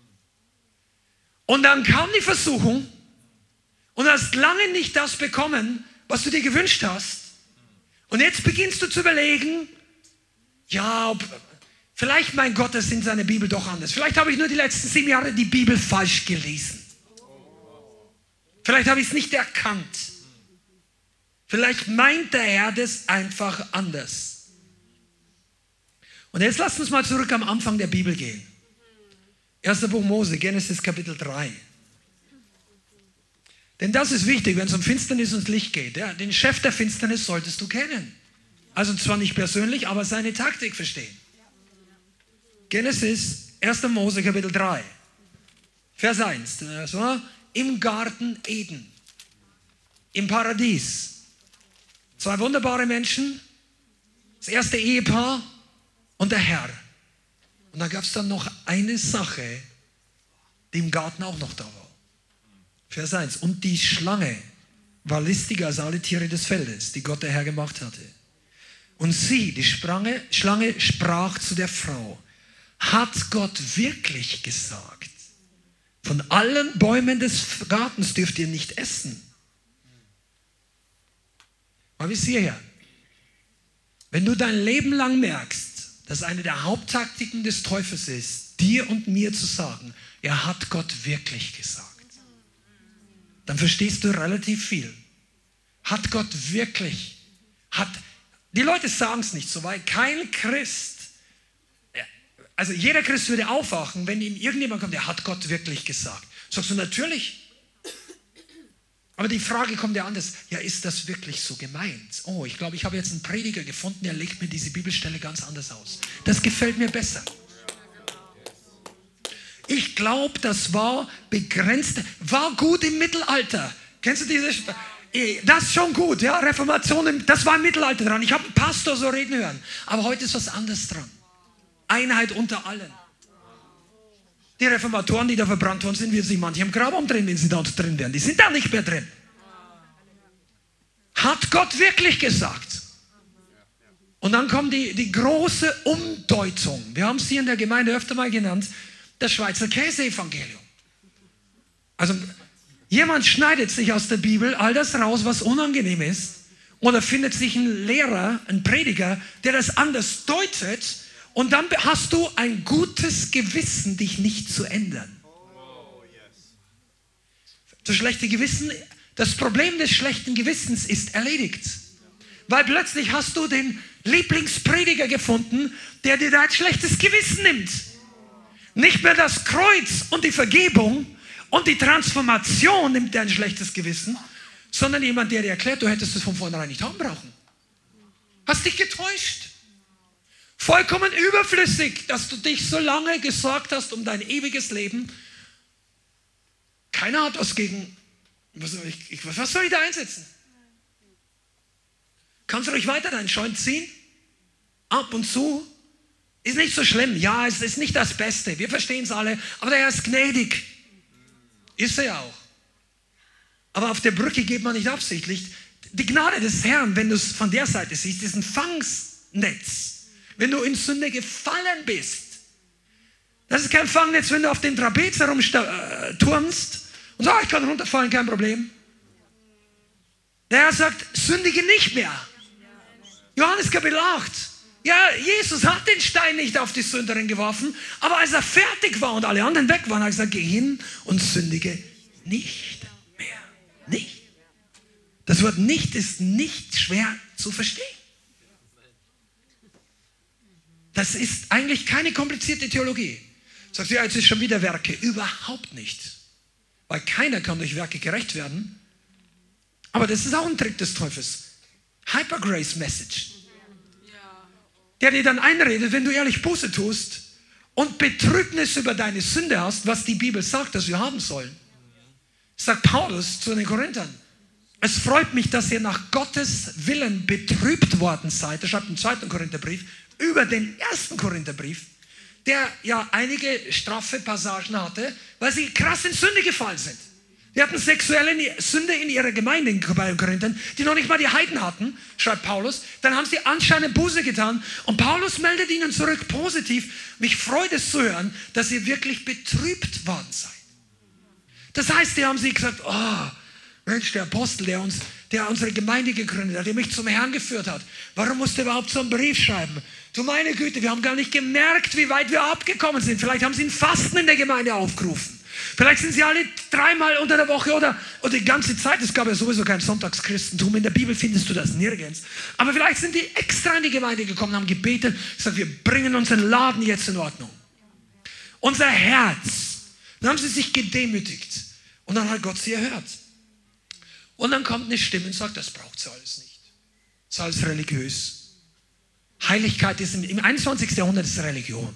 Und dann kam die Versuchung und hast lange nicht das bekommen, was du dir gewünscht hast. Und jetzt beginnst du zu überlegen, ja, ob, vielleicht mein Gott, das in seiner Bibel doch anders. Vielleicht habe ich nur die letzten sieben Jahre die Bibel falsch gelesen. Vielleicht habe ich es nicht erkannt. Vielleicht meint der Herr das einfach anders. Und jetzt lasst uns mal zurück am Anfang der Bibel gehen. Erster Buch Mose, Genesis Kapitel drei. Denn das ist wichtig, wenn es um Finsternis und Licht geht. Ja, den Chef der Finsternis solltest du kennen. Also zwar nicht persönlich, aber seine Taktik verstehen. Genesis, erster Mose Kapitel drei, Vers eins. Das war im Garten Eden, im Paradies. Zwei wunderbare Menschen, das erste Ehepaar und der Herr. Und dann gab es dann noch eine Sache, die im Garten auch noch da war. Vers eins. Und die Schlange war listiger als alle Tiere des Feldes, die Gott der Herr gemacht hatte. Und sie, die Schlange, Schlange sprach zu der Frau, hat Gott wirklich gesagt, von allen Bäumen des Gartens dürft ihr nicht essen? Aber bis hierher. Wenn du dein Leben lang merkst, dass eine der Haupttaktiken des Teufels ist, dir und mir zu sagen, er hat Gott wirklich gesagt, dann verstehst du relativ viel. Hat Gott wirklich, hat, die Leute sagen es nicht so, weil kein Christ, also jeder Christ würde aufwachen, wenn ihm irgendjemand kommt, der hat Gott wirklich gesagt. Sagst du, natürlich. Aber die Frage kommt ja anders. Ja, ist das wirklich so gemeint? Oh, ich glaube, ich habe jetzt einen Prediger gefunden, der legt mir diese Bibelstelle ganz anders aus. Das gefällt mir besser. Ich glaube, das war begrenzt, war gut im Mittelalter. Kennst du diese? Das ist schon gut, ja, Reformation, das war im Mittelalter dran. Ich habe einen Pastor so reden hören. Aber heute ist was anderes dran. Einheit unter allen. Die Reformatoren, die da verbrannt worden sind, wir sind manche im Grab umdrehen, wenn sie da drin wären. Die sind da nicht mehr drin. Hat Gott wirklich gesagt? Und dann kommt die, die große Umdeutung. Wir haben es hier in der Gemeinde öfter mal genannt, das Schweizer Käse-Evangelium. Also jemand schneidet sich aus der Bibel all das raus, was unangenehm ist, oder findet sich ein Lehrer, ein Prediger, der das anders deutet. Und dann hast du ein gutes Gewissen, dich nicht zu ändern. Das schlechte Gewissen, das Problem des schlechten Gewissens ist erledigt. Weil plötzlich hast du den Lieblingsprediger gefunden, der dir dein schlechtes Gewissen nimmt. Nicht mehr das Kreuz und die Vergebung und die Transformation nimmt dein schlechtes Gewissen, sondern jemand, der dir erklärt, du hättest es von vornherein nicht haben brauchen. Hast dich getäuscht. Vollkommen überflüssig, dass du dich so lange gesorgt hast um dein ewiges Leben. Keiner hat was gegen, was soll ich, was soll ich da einsetzen? Kannst du ruhig weiter deinen Scheun ziehen? Ab und zu. Ist nicht so schlimm. Ja, es ist nicht das Beste. Wir verstehen es alle. Aber der Herr ist gnädig. Ist er ja auch. Aber auf der Brücke geht man nicht absichtlich. Die Gnade des Herrn, wenn du es von der Seite siehst, ist ein Fangnetz. Wenn du in Sünde gefallen bist. Das ist kein Fangnetz, wenn du auf dem Trapez herumturnst und sagst, ich kann runterfallen, kein Problem. Der Herr sagt, sündige nicht mehr. Johannes Kapitel acht. Ja, Jesus hat den Stein nicht auf die Sünderin geworfen, aber als er fertig war und alle anderen weg waren, hat er gesagt, geh hin und sündige nicht mehr. Nicht. Das Wort nicht ist nicht schwer zu verstehen. Das ist eigentlich keine komplizierte Theologie. Sagst du, ja, jetzt ist schon wieder Werke. Überhaupt nicht. Weil keiner kann durch Werke gerecht werden. Aber das ist auch ein Trick des Teufels. Hypergrace Message. Der dir dann einredet, wenn du ehrlich Buße tust und Betrübnis über deine Sünde hast, was die Bibel sagt, dass wir haben sollen. Sagt Paulus zu den Korinthern. Es freut mich, dass ihr nach Gottes Willen betrübt worden seid. Er schreibt im zweiten Korintherbrief über den ersten Korintherbrief, der ja einige straffe Passagen hatte, weil sie krass in Sünde gefallen sind. Die hatten sexuelle Sünde in ihrer Gemeinde bei den Korinthern, die noch nicht mal die Heiden hatten, schreibt Paulus. Dann haben sie anscheinend Buße getan und Paulus meldet ihnen zurück positiv. Mich freut es zu hören, dass ihr wirklich betrübt worden seid. Das heißt, die haben sie gesagt, oh, Mensch, der Apostel, der uns, der unsere Gemeinde gegründet hat, der mich zum Herrn geführt hat. Warum musste er überhaupt so einen Brief schreiben? Du meine Güte, wir haben gar nicht gemerkt, wie weit wir abgekommen sind. Vielleicht haben sie ein Fasten in der Gemeinde aufgerufen. Vielleicht sind sie alle dreimal unter der Woche oder, oder die ganze Zeit. Es gab ja sowieso kein Sonntagschristentum. In der Bibel findest du das nirgends. Aber vielleicht sind die extra in die Gemeinde gekommen, haben gebetet, gesagt, wir bringen unseren Laden jetzt in Ordnung. Unser Herz. Dann haben sie sich gedemütigt. Und dann hat Gott sie erhört. Und dann kommt eine Stimme und sagt, das braucht sie alles nicht. Das ist alles religiös. Heiligkeit ist im, im einundzwanzigsten Jahrhundert ist Religion.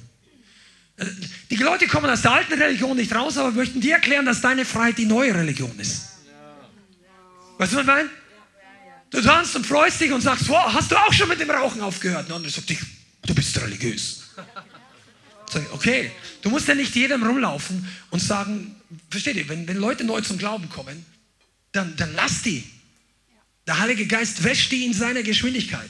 Die Leute kommen aus der alten Religion nicht raus, aber möchten dir erklären, dass deine Freiheit die neue Religion ist. Weißt du, was ich meine? Du tanzt und freust dich und sagst, wow, hast du auch schon mit dem Rauchen aufgehört? Und der andere sagt, du bist religiös. Sag, okay, du musst ja nicht jedem rumlaufen und sagen, versteht ihr, wenn, wenn Leute neu zum Glauben kommen, dann, dann lass die. Der Heilige Geist wäscht die in seiner Geschwindigkeit.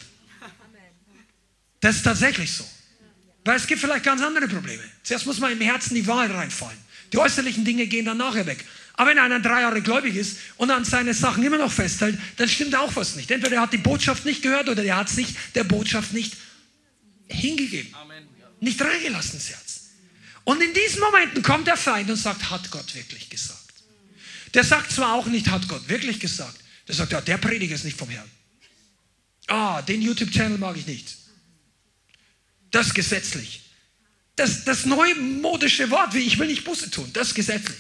Das ist tatsächlich so. Weil es gibt vielleicht ganz andere Probleme. Zuerst muss man im Herzen die Wahrheit reinfallen. Die äußerlichen Dinge gehen dann nachher weg. Aber wenn einer drei Jahre gläubig ist und an seine Sachen immer noch festhält, dann stimmt auch was nicht. Entweder er hat die Botschaft nicht gehört oder er hat sich der Botschaft nicht hingegeben. Amen. Nicht reingelassen ins Herz. Und in diesen Momenten kommt der Feind und sagt, hat Gott wirklich gesagt? Der sagt zwar auch nicht, hat Gott wirklich gesagt. Der sagt, ja, der Prediger ist nicht vom Herrn. Ah, den YouTube-Channel mag ich nicht. Das ist gesetzlich. Das, das neumodische Wort, wie ich will nicht Buße tun, das ist gesetzlich.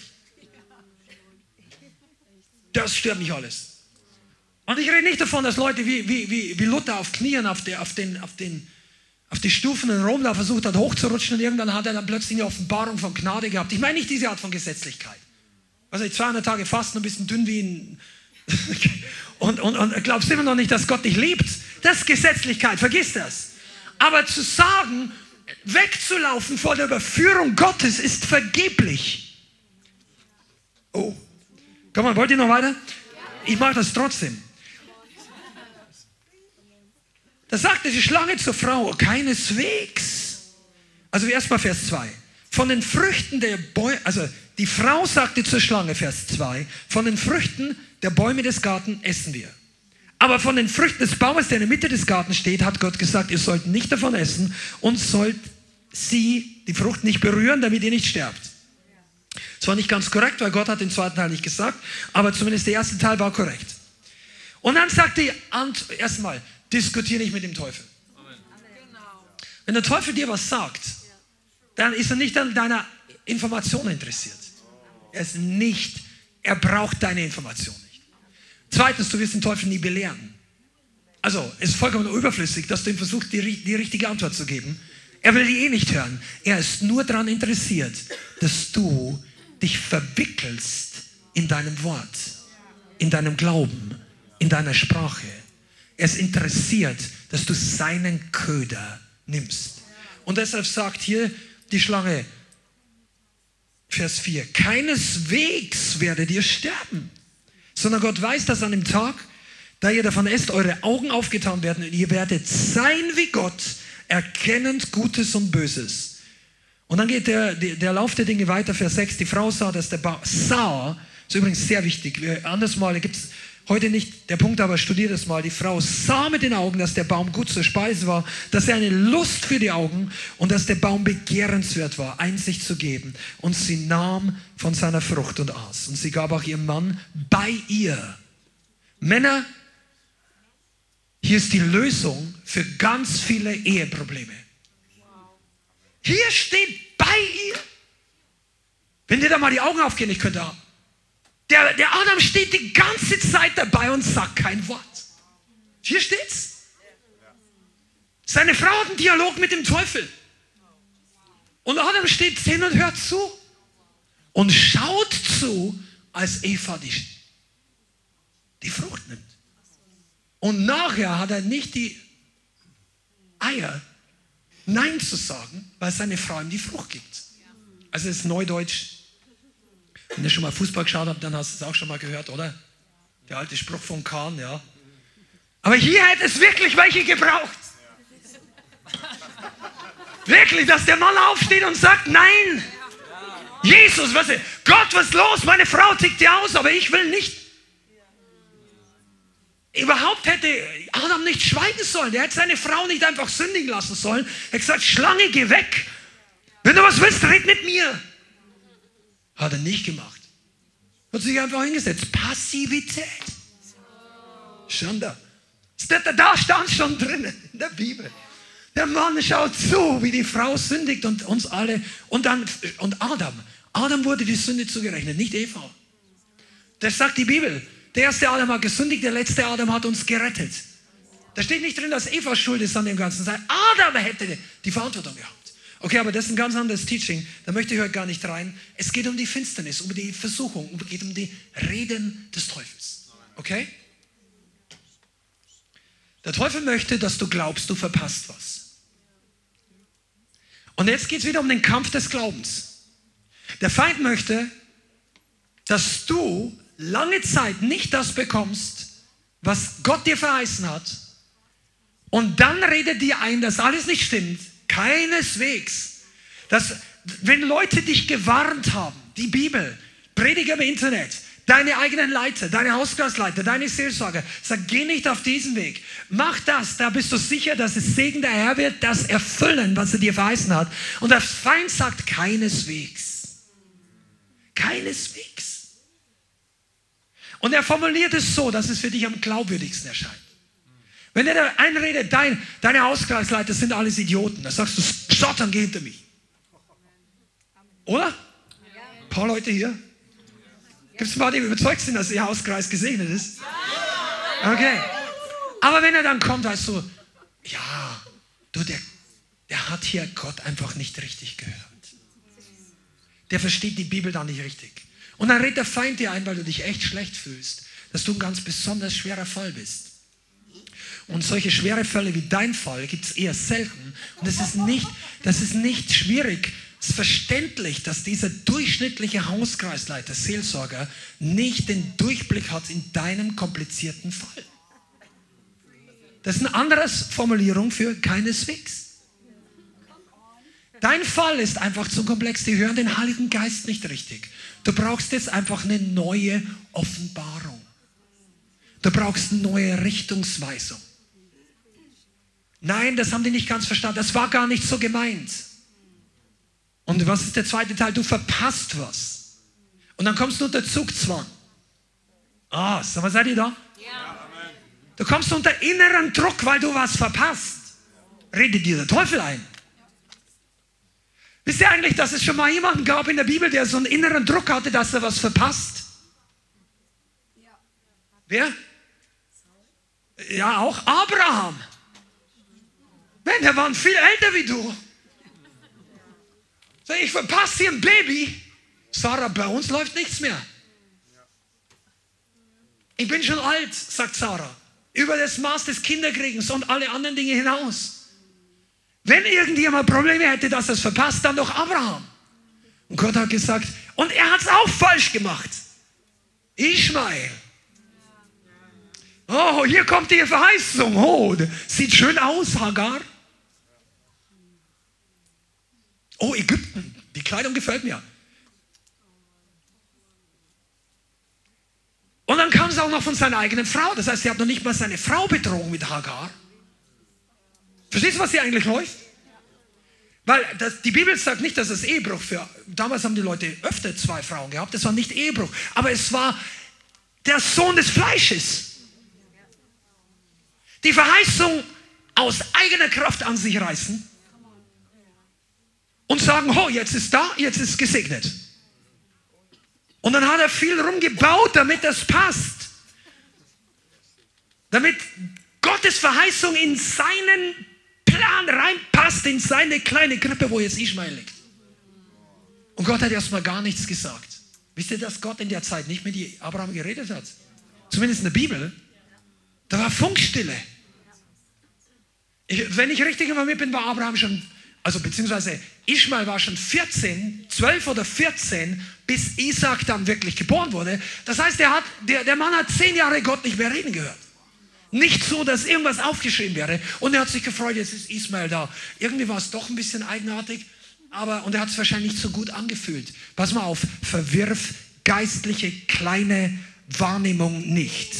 Das stört mich alles. Und ich rede nicht davon, dass Leute wie, wie, wie, wie Luther auf Knien auf, der, auf, den, auf, den, auf die Stufen in Rom da versucht hat hochzurutschen und irgendwann hat er dann plötzlich eine Offenbarung von Gnade gehabt. Ich meine nicht diese Art von Gesetzlichkeit. Also zweihundert Tage fasten, ein bisschen dünn wie ein... und, und, und glaubst immer noch nicht, dass Gott dich liebt. Das ist Gesetzlichkeit, vergiss das. Aber zu sagen, wegzulaufen vor der Überführung Gottes ist vergeblich. Oh. Komm mal, wollt ihr noch weiter? Ich mache das trotzdem. Da sagte die Schlange zur Frau, keineswegs. Also erstmal Vers zwei. Von den Früchten der Bäume, also die Frau sagte zur Schlange, Vers zwei, von den Früchten der Bäume des Gartens essen wir. Aber von den Früchten des Baumes, der in der Mitte des Gartens steht, hat Gott gesagt, ihr sollt nicht davon essen und sollt sie, die Frucht, nicht berühren, damit ihr nicht sterbt. Das war nicht ganz korrekt, weil Gott hat den zweiten Teil nicht gesagt, aber zumindest der erste Teil war korrekt. Und dann sagt die Ant, erstmal, diskutiere nicht mit dem Teufel. Amen. Wenn der Teufel dir was sagt, dann ist er nicht an deiner Information interessiert. Er ist nicht, er braucht deine Information nicht. Zweitens, du wirst den Teufel nie belehren. Also, es ist vollkommen überflüssig, dass du ihm versuchst, die, die richtige Antwort zu geben. Er will die eh nicht hören. Er ist nur daran interessiert, dass du dich verwickelst in deinem Wort, in deinem Glauben, in deiner Sprache. Er ist interessiert, dass du seinen Köder nimmst. Und deshalb sagt hier die Schlange, Vers vier, keineswegs werdet ihr sterben, sondern Gott weiß, dass an dem Tag, da ihr davon esst, eure Augen aufgetan werden und ihr werdet sein wie Gott, erkennend Gutes und Böses. Und dann geht der, der, der Lauf der Dinge weiter, Vers sechs, die Frau sah, dass der Baum, sah, ist übrigens sehr wichtig, anders mal, gibt es heute nicht der Punkt, aber studiert es mal, die Frau sah mit den Augen, dass der Baum gut zur Speise war, dass er eine Lust für die Augen und dass der Baum begehrenswert war, Einsicht zu geben. Und sie nahm von seiner Frucht und aß. Und sie gab auch ihrem Mann bei ihr. Männer, hier ist die Lösung für ganz viele Eheprobleme. Hier steht bei ihr. Wenn dir da mal die Augen aufgehen, ich könnte haben. Der, der Adam steht die ganze Zeit dabei und sagt kein Wort. Hier steht's. Seine Frau hat einen Dialog mit dem Teufel. Und Adam steht hin und hört zu. Und schaut zu, als Eva die, die Frucht nimmt. Und nachher hat er nicht die Eier, Nein zu sagen, weil seine Frau ihm die Frucht gibt. Also das ist Neudeutsch. Wenn ihr schon mal Fußball geschaut habt, dann hast du es auch schon mal gehört, oder? Der alte Spruch von Kahn, ja. Aber hier hätte es wirklich welche gebraucht. Wirklich, dass der Mann aufsteht und sagt, nein. Jesus, was ist, Gott, was ist los? Meine Frau tickt dir aus, aber ich will nicht. Überhaupt hätte Adam nicht schweigen sollen. Er hätte seine Frau nicht einfach sündigen lassen sollen. Er hat gesagt, Schlange, geh weg. Wenn du was willst, red mit mir. Hat er nicht gemacht. Hat sich einfach hingesetzt. Passivität. Schon da. Da stand schon drin in der Bibel. Der Mann schaut zu, wie die Frau sündigt und uns alle. Und dann, und Adam. Adam wurde die Sünde zugerechnet, nicht Eva. Das sagt die Bibel. Der erste Adam hat gesündigt, der letzte Adam hat uns gerettet. Da steht nicht drin, dass Eva schuld ist an dem Ganzen. Adam hätte die Verantwortung gehabt. Okay, aber das ist ein ganz anderes Teaching. Da möchte ich heute gar nicht rein. Es geht um die Finsternis, um die Versuchung, es geht um die Reden des Teufels. Okay? Der Teufel möchte, dass du glaubst, du verpasst was. Und jetzt geht es wieder um den Kampf des Glaubens. Der Feind möchte, dass du lange Zeit nicht das bekommst, was Gott dir verheißen hat. Und dann redet dir ein, dass alles nicht stimmt. Keineswegs. Dass, wenn Leute dich gewarnt haben, die Bibel, Prediger im Internet, deine eigenen Leiter, deine Hauskreisleiter, deine Seelsorger, sag, geh nicht auf diesen Weg. Mach das, da bist du sicher, dass es Segen der Herr wird, das erfüllen, was er dir verheißen hat. Und der Feind sagt, keineswegs. Keineswegs. Und er formuliert es so, dass es für dich am glaubwürdigsten erscheint. Wenn er da einredet, dein, deine Hauskreisleiter sind alles Idioten, dann sagst du, Satan, geh hinter mich. Oder? Ein paar Leute hier. Gibt es ein paar, die überzeugt sind, dass ihr Hauskreis gesegnet ist? Okay. Aber wenn er dann kommt, weißt du, ja, du, der, der hat hier Gott einfach nicht richtig gehört. Der versteht die Bibel dann nicht richtig. Und dann redet der Feind dir ein, weil du dich echt schlecht fühlst, dass du ein ganz besonders schwerer Fall bist. Und solche schwere Fälle wie dein Fall gibt es eher selten. Und das ist nicht, das ist nicht schwierig. Es ist verständlich, dass dieser durchschnittliche Hauskreisleiter, Seelsorger, nicht den Durchblick hat in deinem komplizierten Fall. Das ist eine andere Formulierung für keineswegs. Dein Fall ist einfach zu komplex. Die hören den Heiligen Geist nicht richtig. Du brauchst jetzt einfach eine neue Offenbarung. Du brauchst eine neue Richtungsweisung. Nein, das haben die nicht ganz verstanden. Das war gar nicht so gemeint. Und was ist der zweite Teil? Du verpasst was. Und dann kommst du unter Zugzwang. Ah, sag mal, seid ihr da? Ja. Du kommst unter inneren Druck, weil du was verpasst. Redet dir der Teufel ein. Wisst ihr eigentlich, dass es schon mal jemanden gab in der Bibel, der so einen inneren Druck hatte, dass er was verpasst? Ja. Wer? Ja, auch Abraham. Man, der war viel älter wie du. So, ich verpasse hier ein Baby. Sarah, bei uns läuft nichts mehr. Ich bin schon alt, sagt Sarah. Über das Maß des Kinderkriegens und alle anderen Dinge hinaus. Wenn irgendjemand Probleme hätte, dass er es verpasst, dann doch Abraham. Und Gott hat gesagt, und er hat es auch falsch gemacht. Ismael. Oh, hier kommt die Verheißung. Oh, sieht schön aus, Hagar. Oh, Ägypten. Die Kleidung gefällt mir. Und dann kam es auch noch von seiner eigenen Frau. Das heißt, er hat noch nicht mal seine Frau betrogen mit Hagar. Verstehst du, was hier eigentlich läuft? Weil das, die Bibel sagt nicht, dass es Ehebruch für... Damals haben die Leute öfter zwei Frauen gehabt. Das war nicht Ehebruch. Aber es war der Sohn des Fleisches. Die Verheißung aus eigener Kraft an sich reißen und sagen, oh, jetzt ist da, jetzt ist gesegnet. Und dann hat er viel rumgebaut, damit das passt. Damit Gottes Verheißung in seinen Plan reinpasst, in seine kleine Krippe, wo jetzt Ismael liegt. Und Gott hat erstmal gar nichts gesagt. Wisst ihr, dass Gott in der Zeit nicht mit Abraham geredet hat? Zumindest in der Bibel. Da war Funkstille. Ich, wenn ich richtig informiert bin, war Abraham schon, also beziehungsweise Ismael war schon vierzehn, zwölf oder vierzehn, bis Isaac dann wirklich geboren wurde. Das heißt, der, hat, der, der Mann hat zehn Jahre Gott nicht mehr reden gehört. Nicht so, dass irgendwas aufgeschrieben wäre. Und er hat sich gefreut, jetzt ist Ismael da. Irgendwie war es doch ein bisschen eigenartig, aber, und er hat es wahrscheinlich nicht so gut angefühlt. Pass mal auf, verwirf geistliche kleine Wahrnehmung nicht.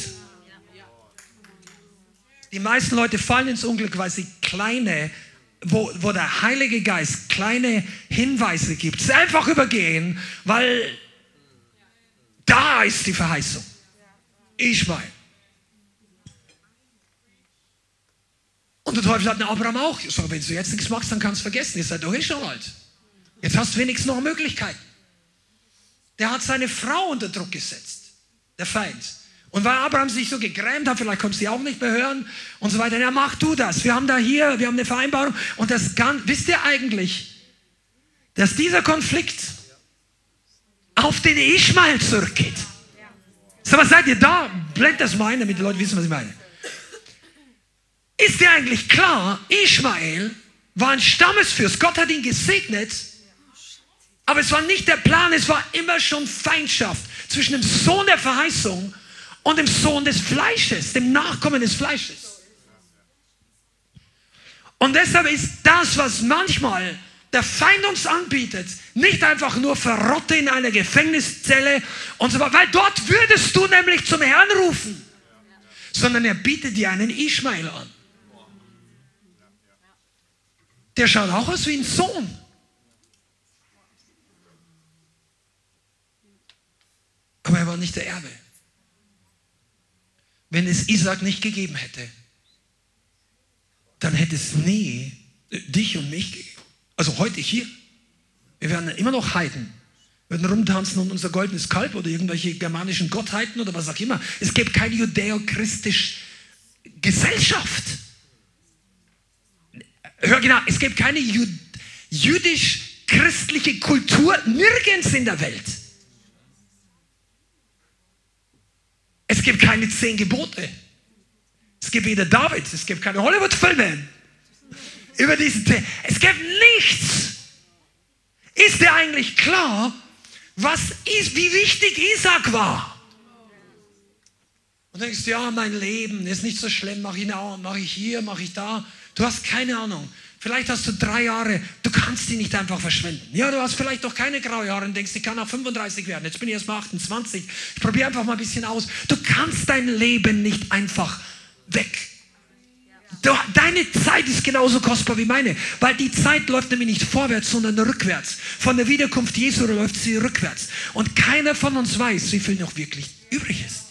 Die meisten Leute fallen ins Unglück, weil sie kleine, wo, wo der Heilige Geist kleine Hinweise gibt, sie einfach übergehen, weil da ist die Verheißung. Ismael. Und der Teufel hat den Abraham auch gesagt, wenn du jetzt nichts machst, dann kannst du es vergessen, ihr seid doch eh schon alt. Jetzt hast du wenigstens noch Möglichkeiten. Der hat seine Frau unter Druck gesetzt, der Feind. Und weil Abraham sich so gegrämt hat, vielleicht konntest du sie auch nicht mehr hören und so weiter. Ja, mach du das. Wir haben da hier, wir haben eine Vereinbarung. Und das kann, wisst ihr eigentlich, dass dieser Konflikt auf den Ismael zurückgeht? Sag mal, seid ihr da? Blend das mal ein, damit die Leute wissen, was ich meine. Ist dir eigentlich klar, Ismael war ein Stammesfürst. Gott hat ihn gesegnet. Aber es war nicht der Plan, es war immer schon Feindschaft zwischen dem Sohn der Verheißung und dem Sohn des Fleisches, dem Nachkommen des Fleisches. Und deshalb ist das, was manchmal der Feind uns anbietet, nicht einfach nur verrotte in einer Gefängniszelle und so weiter, weil dort würdest du nämlich zum Herrn rufen, sondern er bietet dir einen Ishmael an. Der schaut auch aus wie ein Sohn. Aber er war nicht der Erbe. Wenn es Isaac nicht gegeben hätte, dann hätte es nie dich und mich gegeben. Also heute hier. Wir wären immer noch Heiden. Wir würden rumtanzen und unser goldenes Kalb oder irgendwelche germanischen Gottheiten oder was auch immer. Es gäbe keine judäo-christliche Gesellschaft. Hör genau, es gäbe keine jü- jüdisch-christliche Kultur nirgends in der Welt. Es gibt keine zehn Gebote. Es gibt weder David, es gibt keine Hollywood-Filme über diesen Thema. Es gibt nichts. Ist dir eigentlich klar, was ist, wie wichtig Isaac war? Und du denkst, ja, mein Leben ist nicht so schlimm, mache ich, mach ich hier, mache ich da. Du hast keine Ahnung. Vielleicht hast du drei Jahre, du kannst die nicht einfach verschwenden. Ja, du hast vielleicht noch keine graue Haare und denkst, ich kann auch fünfunddreißig werden. Jetzt bin ich erst mal achtundzwanzig. Ich probiere einfach mal ein bisschen aus. Du kannst dein Leben nicht einfach weg. Du, deine Zeit ist genauso kostbar wie meine, weil die Zeit läuft nämlich nicht vorwärts, sondern rückwärts. Von der Wiederkunft Jesu läuft sie rückwärts. Und keiner von uns weiß, wie viel noch wirklich übrig ist.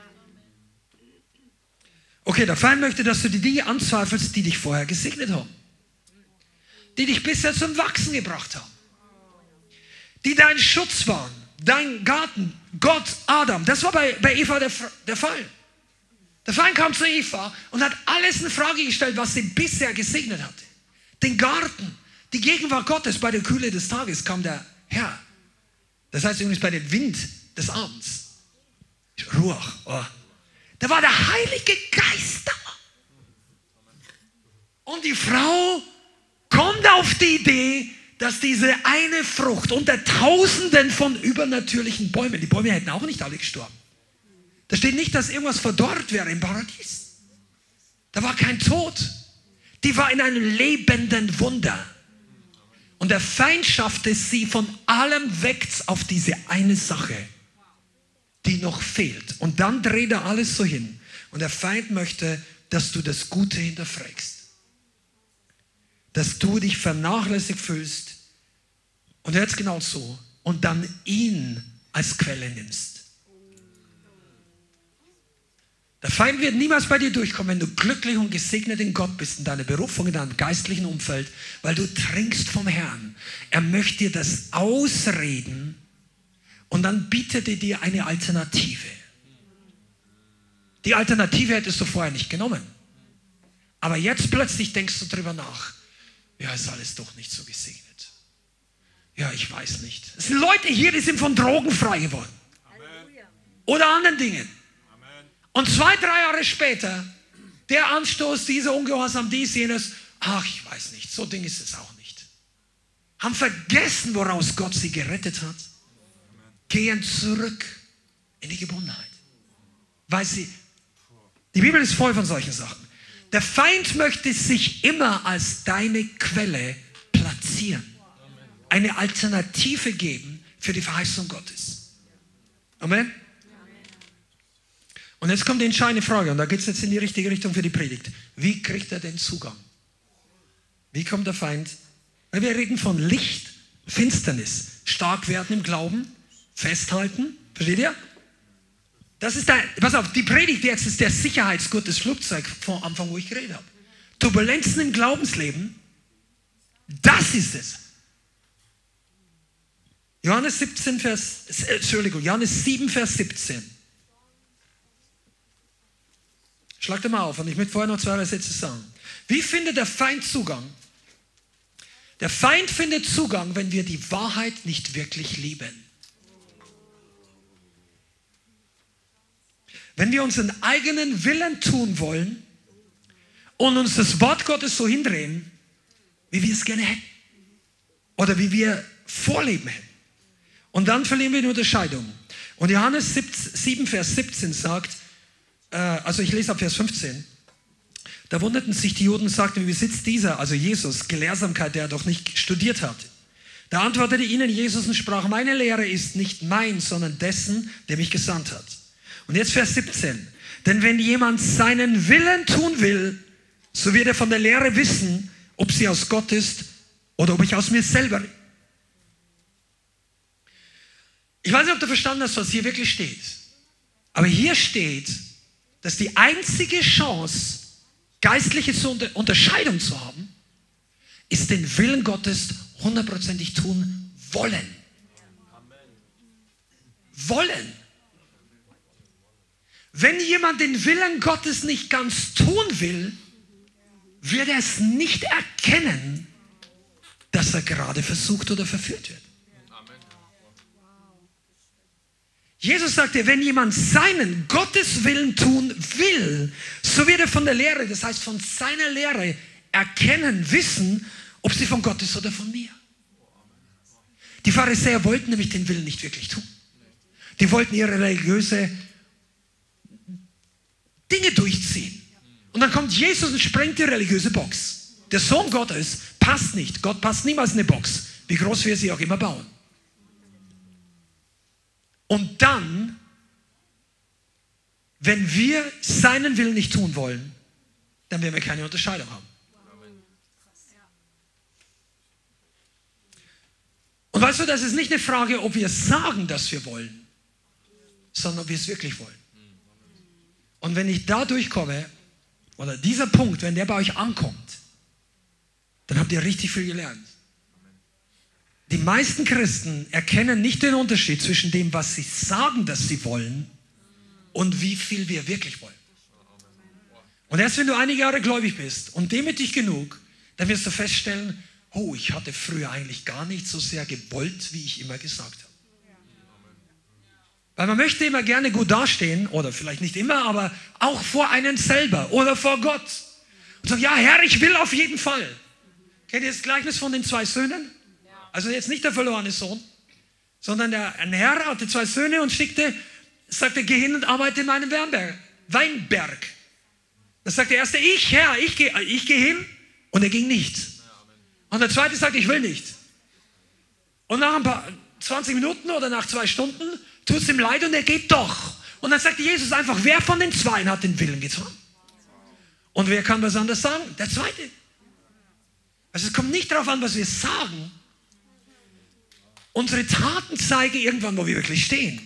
Okay, der Feind möchte, dass du die Dinge anzweifelst, die dich vorher gesegnet haben. Die dich bisher zum Wachsen gebracht haben. Die dein Schutz waren, dein Garten, Gott, Adam. Das war bei, bei Eva der, der Fall. Der Feind kam zu Eva und hat alles in Frage gestellt, was sie bisher gesegnet hatte. Den Garten, die Gegenwart Gottes, bei der Kühle des Tages kam der Herr. Das heißt übrigens bei dem Wind des Abends. Ruach. Oh. Da war der Heilige Geist da. Und die Frau kommt auf die Idee, dass diese eine Frucht unter Tausenden von übernatürlichen Bäumen, die Bäume hätten auch nicht alle gestorben. Da steht nicht, dass irgendwas verdorrt wäre im Paradies. Da war kein Tod. Die war in einem lebenden Wunder. Und der Feind schaffte sie von allem weg auf diese eine Sache, die noch fehlt. Und dann dreht er alles so hin. Und der Feind möchte, dass du das Gute hinterfragst. Dass du dich vernachlässigt fühlst und jetzt genau so und dann ihn als Quelle nimmst. Der Feind wird niemals bei dir durchkommen, wenn du glücklich und gesegnet in Gott bist, in deiner Berufung, in deinem geistlichen Umfeld, weil du trinkst vom Herrn. Er möchte dir das ausreden und dann bietet er dir eine Alternative. Die Alternative hättest du vorher nicht genommen. Aber jetzt plötzlich denkst du drüber nach. Ja, ist alles doch nicht so gesegnet. Ja, ich weiß nicht. Es sind Leute hier, die sind von Drogen frei geworden. Amen. Oder anderen Dingen. Amen. Und zwei, drei Jahre später, der Anstoß, dieser Ungehorsam, dies, jenes, ach, ich weiß nicht, so Ding ist es auch nicht. Haben vergessen, woraus Gott sie gerettet hat. Amen. Gehen zurück in die Gebundenheit. Weil sie, die Bibel ist voll von solchen Sachen. Der Feind möchte sich immer als deine Quelle platzieren. Eine Alternative geben für die Verheißung Gottes. Amen? Und jetzt kommt die entscheidende Frage, und da geht es jetzt in die richtige Richtung für die Predigt. Wie kriegt er den Zugang? Wie kommt der Feind? Weil wir reden von Licht, Finsternis, stark werden im Glauben, festhalten. Versteht ihr? Das ist der, pass auf, die Predigt jetzt ist der Sicherheitsgurt des Flugzeugs vom Anfang, wo ich geredet habe. Turbulenzen im Glaubensleben, das ist es. Johannes siebzehn, Vers, äh, Entschuldigung, Johannes sieben, Vers siebzehn. Schlag dir mal auf und ich möchte vorher noch zwei, drei Sätze sagen. Wie findet der Feind Zugang? Der Feind findet Zugang, wenn wir die Wahrheit nicht wirklich lieben. Wenn wir unseren eigenen Willen tun wollen und uns das Wort Gottes so hindrehen, wie wir es gerne hätten oder wie wir vorleben hätten. Und dann verlieren wir die Unterscheidung. Und Johannes sieben, Vers siebzehn sagt, äh, also ich lese ab Vers fünfzehn, Da wunderten sich die Juden und sagten, wie besitzt dieser, also Jesus, Gelehrsamkeit, der er doch nicht studiert hat? Da antwortete ihnen Jesus und sprach, meine Lehre ist nicht mein, sondern dessen, der mich gesandt hat. Und jetzt Vers siebzehn. Denn wenn jemand seinen Willen tun will, so wird er von der Lehre wissen, ob sie aus Gott ist oder ob ich aus mir selber. Ich weiß nicht, ob du verstanden hast, was hier wirklich steht. Aber hier steht, dass die einzige Chance, geistliche Unterscheidung zu haben, ist den Willen Gottes hundertprozentig tun wollen. Wollen. Wenn jemand den Willen Gottes nicht ganz tun will, wird er es nicht erkennen, dass er gerade versucht oder verführt wird. Jesus sagte, wenn jemand seinen Gotteswillen tun will, so wird er von der Lehre, das heißt von seiner Lehre, erkennen, wissen, ob sie von Gott ist oder von mir. Die Pharisäer wollten nämlich den Willen nicht wirklich tun. Die wollten ihre religiöse Dinge durchziehen. Und dann kommt Jesus und sprengt die religiöse Box. Der Sohn Gottes passt nicht. Gott passt niemals in eine Box, wie groß wir sie auch immer bauen. Und dann, wenn wir seinen Willen nicht tun wollen, dann werden wir keine Unterscheidung haben. Und weißt du, das ist nicht eine Frage, ob wir sagen, dass wir wollen, sondern ob wir es wirklich wollen. Und wenn ich da durchkomme, oder dieser Punkt, wenn der bei euch ankommt, dann habt ihr richtig viel gelernt. Die meisten Christen erkennen nicht den Unterschied zwischen dem, was sie sagen, dass sie wollen, und wie viel wir wirklich wollen. Und erst wenn du einige Jahre gläubig bist und demütig genug, dann wirst du feststellen, oh, ich hatte früher eigentlich gar nicht so sehr gewollt, wie ich immer gesagt habe. Weil man möchte immer gerne gut dastehen, oder vielleicht nicht immer, aber auch vor einem selber oder vor Gott. Und sagen, ja Herr, ich will auf jeden Fall. Kennt ihr das Gleichnis von den zwei Söhnen? Also jetzt nicht der verlorene Sohn, sondern der, ein Herr hatte zwei Söhne und schickte, sagte, geh hin und arbeite in meinem Weinberg. Weinberg. Da sagte der erste, ich Herr, ich gehe ich geh hin, und er ging nicht. Und der zweite sagte, ich will nicht. Und nach ein paar zwanzig Minuten oder nach zwei Stunden tut es ihm leid und er geht doch. Und dann sagte Jesus einfach, wer von den Zweien hat den Willen getan? Und wer kann was anderes sagen? Der Zweite. Also es kommt nicht darauf an, was wir sagen. Unsere Taten zeigen irgendwann, wo wir wirklich stehen.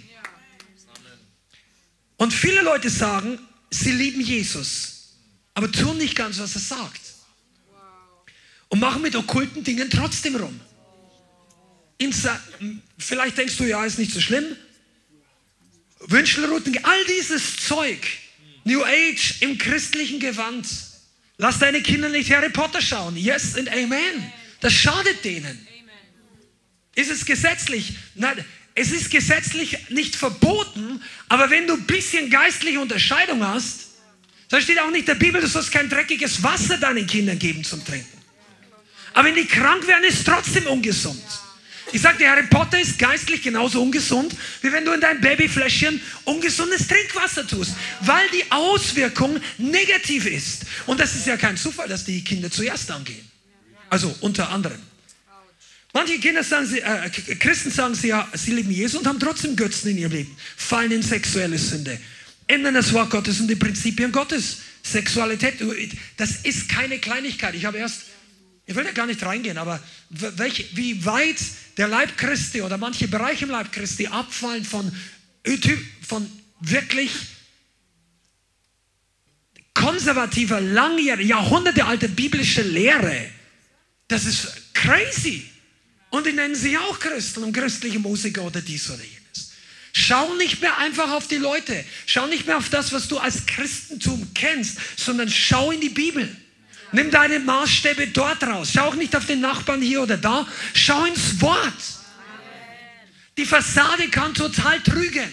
Und viele Leute sagen, sie lieben Jesus, aber tun nicht ganz, was er sagt. Und machen mit okkulten Dingen trotzdem rum. Insa- Vielleicht denkst du, ja, ist nicht so schlimm. Wünschelrouten, all dieses Zeug, New Age im christlichen Gewand. Lass deine Kinder nicht Harry Potter schauen. Yes and Amen. Das schadet denen. Ist es gesetzlich? Nein, es ist gesetzlich nicht verboten, aber wenn du ein bisschen geistliche Unterscheidung hast, da steht auch nicht in der Bibel, du sollst kein dreckiges Wasser deinen Kindern geben zum Trinken. Aber wenn die krank werden, ist es trotzdem ungesund. Ich sage dir, Harry Potter ist geistlich genauso ungesund, wie wenn du in dein Babyfläschchen ungesundes Trinkwasser tust, weil die Auswirkung negativ ist. Und das ist ja kein Zufall, dass die Kinder zuerst angehen. Also unter anderem. Manche Kinder sagen, sie, äh, Christen sagen, sie, ja, sie lieben Jesus und haben trotzdem Götzen in ihrem Leben, fallen in sexuelle Sünde, ändern das Wort Gottes und die Prinzipien Gottes. Sexualität, das ist keine Kleinigkeit. Ich habe erst, ich will da gar nicht reingehen, aber welch, wie weit der Leib Christi oder manche Bereiche im Leib Christi abfallen von, von wirklich konservativer, langjähriger, jahrhundertealter biblischer Lehre. Das ist crazy. Und die nennen sich auch Christen und christliche Musiker oder dies oder jenes. Schau nicht mehr einfach auf die Leute. Schau nicht mehr auf das, was du als Christentum kennst, sondern schau in die Bibel. Nimm deine Maßstäbe dort raus. Schau auch nicht auf den Nachbarn hier oder da. Schau ins Wort. Die Fassade kann total trügen.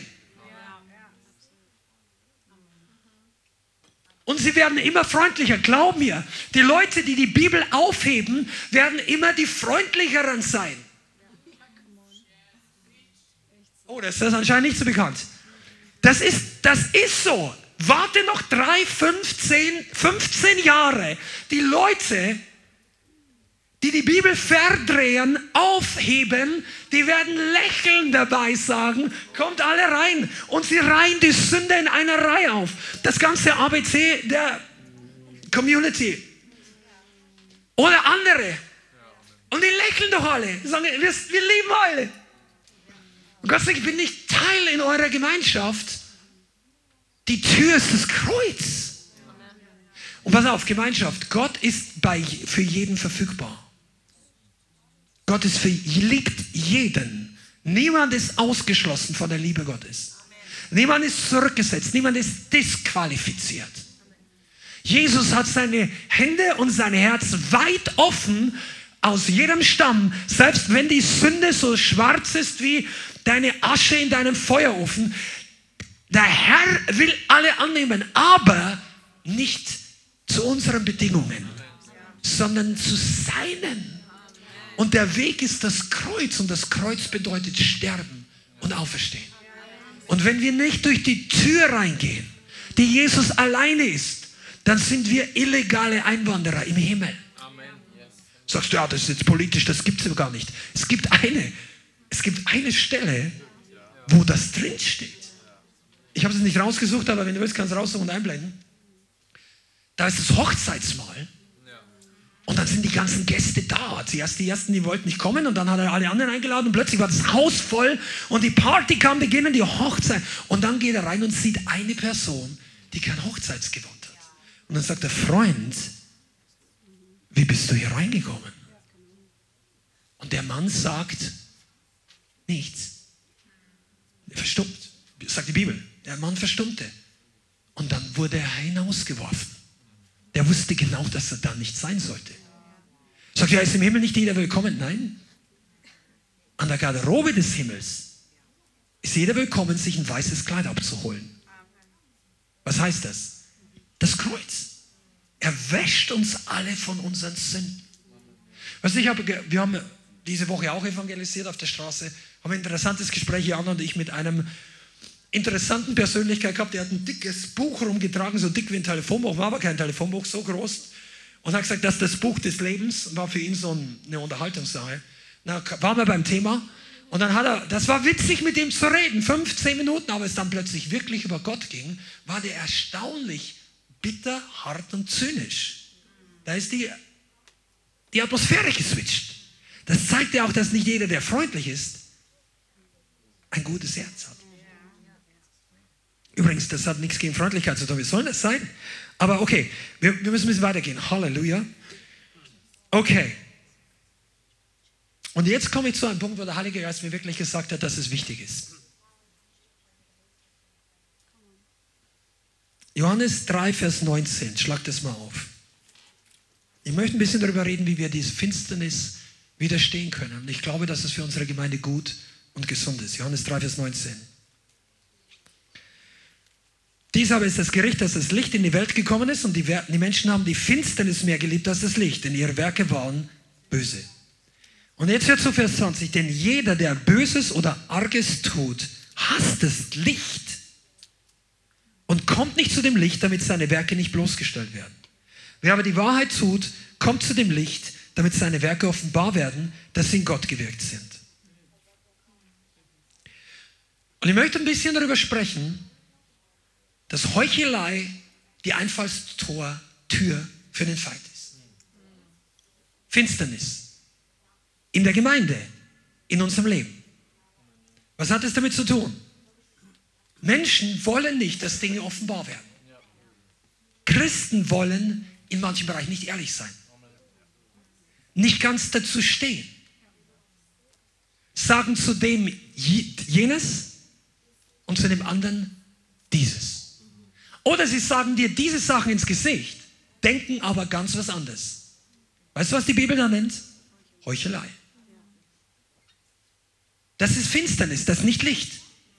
Und sie werden immer freundlicher, glaub mir. Die Leute, die die Bibel aufheben, werden immer die freundlicheren sein. Oh, das ist anscheinend nicht so bekannt. Das ist, das ist so. Warte noch drei, fünfzehn, fünfzehn Jahre. Die Leute, die die Bibel verdrehen, aufheben, die werden lächelnd dabei sagen, kommt alle rein. Und sie reihen die Sünde in einer Reihe auf. Das ganze A B C der Community. Oder andere. Und die lächeln doch alle. Die sagen, wir, wir lieben alle. Und Gott sagt, ich bin nicht Teil in eurer Gemeinschaft. Die Tür ist das Kreuz. Und pass auf, Gemeinschaft. Gott ist bei, für jeden verfügbar. Gott ist für, liebt jeden. Niemand ist ausgeschlossen von der Liebe Gottes. Niemand ist zurückgesetzt. Niemand ist disqualifiziert. Jesus hat seine Hände und sein Herz weit offen aus jedem Stamm. Selbst wenn die Sünde so schwarz ist wie deine Asche in deinem Feuerofen. Der Herr will alle annehmen, aber nicht zu unseren Bedingungen, sondern zu seinen. Und der Weg ist das Kreuz und das Kreuz bedeutet sterben und auferstehen. Und wenn wir nicht durch die Tür reingehen, die Jesus alleine ist, dann sind wir illegale Einwanderer im Himmel. Sagst du, ja, das ist jetzt politisch, das gibt es gar nicht. Es gibt eine, es gibt eine Stelle, wo das drin steht. Ich habe es nicht rausgesucht, aber wenn du willst, kannst du raussuchen und einblenden. Da ist das Hochzeitsmahl. Und dann sind die ganzen Gäste da. Zuerst die Ersten, die wollten nicht kommen und dann hat er alle anderen eingeladen und plötzlich war das Haus voll und die Party kann beginnen, die Hochzeit. Und dann geht er rein und sieht eine Person, die kein Hochzeitsgewand hat. Und dann sagt der Freund, wie bist du hier reingekommen? Und der Mann sagt, nichts. Er verstummt, sagt die Bibel. Der Mann verstummte. Und dann wurde er hinausgeworfen. Der wusste genau, dass er da nicht sein sollte. Sagt, ja, ist im Himmel nicht jeder willkommen? Nein. An der Garderobe des Himmels ist jeder willkommen, sich ein weißes Kleid abzuholen. Was heißt das? Das Kreuz. Er wäscht uns alle von unseren Sünden. Weißt du, ich habe, wir haben diese Woche auch evangelisiert auf der Straße, haben ein interessantes Gespräch, Jan und ich, mit einem interessanten Persönlichkeit gehabt, der hat ein dickes Buch rumgetragen, so dick wie ein Telefonbuch, war aber kein Telefonbuch, so groß. Und hat gesagt, das ist das Buch des Lebens, war für ihn so eine Unterhaltungssache. Da waren wir beim Thema und dann hat er, das war witzig mit ihm zu reden, fünfzehn Minuten, aber es dann plötzlich wirklich über Gott ging, war der erstaunlich bitter, hart und zynisch. Da ist die, die Atmosphäre geswitcht. Das zeigt ja auch, dass nicht jeder, der freundlich ist, ein gutes Herz hat. Übrigens, das hat nichts gegen Freundlichkeit zu tun. Wir sollen das sein. Aber okay, wir, wir müssen ein bisschen weitergehen. Halleluja. Okay. Und jetzt komme ich zu einem Punkt, wo der Heilige Geist mir wirklich gesagt hat, dass es wichtig ist. Johannes drei, Vers neunzehn. Schlag das mal auf. Ich möchte ein bisschen darüber reden, wie wir diese Finsternis widerstehen können. Und ich glaube, dass es für unsere Gemeinde gut und gesund ist. Johannes drei, Vers neunzehn. Dies aber ist das Gericht, dass das Licht in die Welt gekommen ist und die, die Menschen haben die Finsternis mehr geliebt als das Licht, denn ihre Werke waren böse. Und jetzt hört zu Vers zwanzig, denn jeder, der Böses oder Arges tut, hasst das Licht und kommt nicht zu dem Licht, damit seine Werke nicht bloßgestellt werden. Wer aber die Wahrheit tut, kommt zu dem Licht, damit seine Werke offenbar werden, dass sie in Gott gewirkt sind. Und ich möchte ein bisschen darüber sprechen, dass Heuchelei die Einfallstor, Tür für den Feind ist. Finsternis. In der Gemeinde. In unserem Leben. Was hat es damit zu tun? Menschen wollen nicht, dass Dinge offenbar werden. Christen wollen in manchen Bereichen nicht ehrlich sein. Nicht ganz dazu stehen. Sagen zu dem jenes und zu dem anderen dieses. Oder sie sagen dir diese Sachen ins Gesicht, denken aber ganz was anderes. Weißt du, was die Bibel da nennt? Heuchelei. Das ist Finsternis, das ist nicht Licht.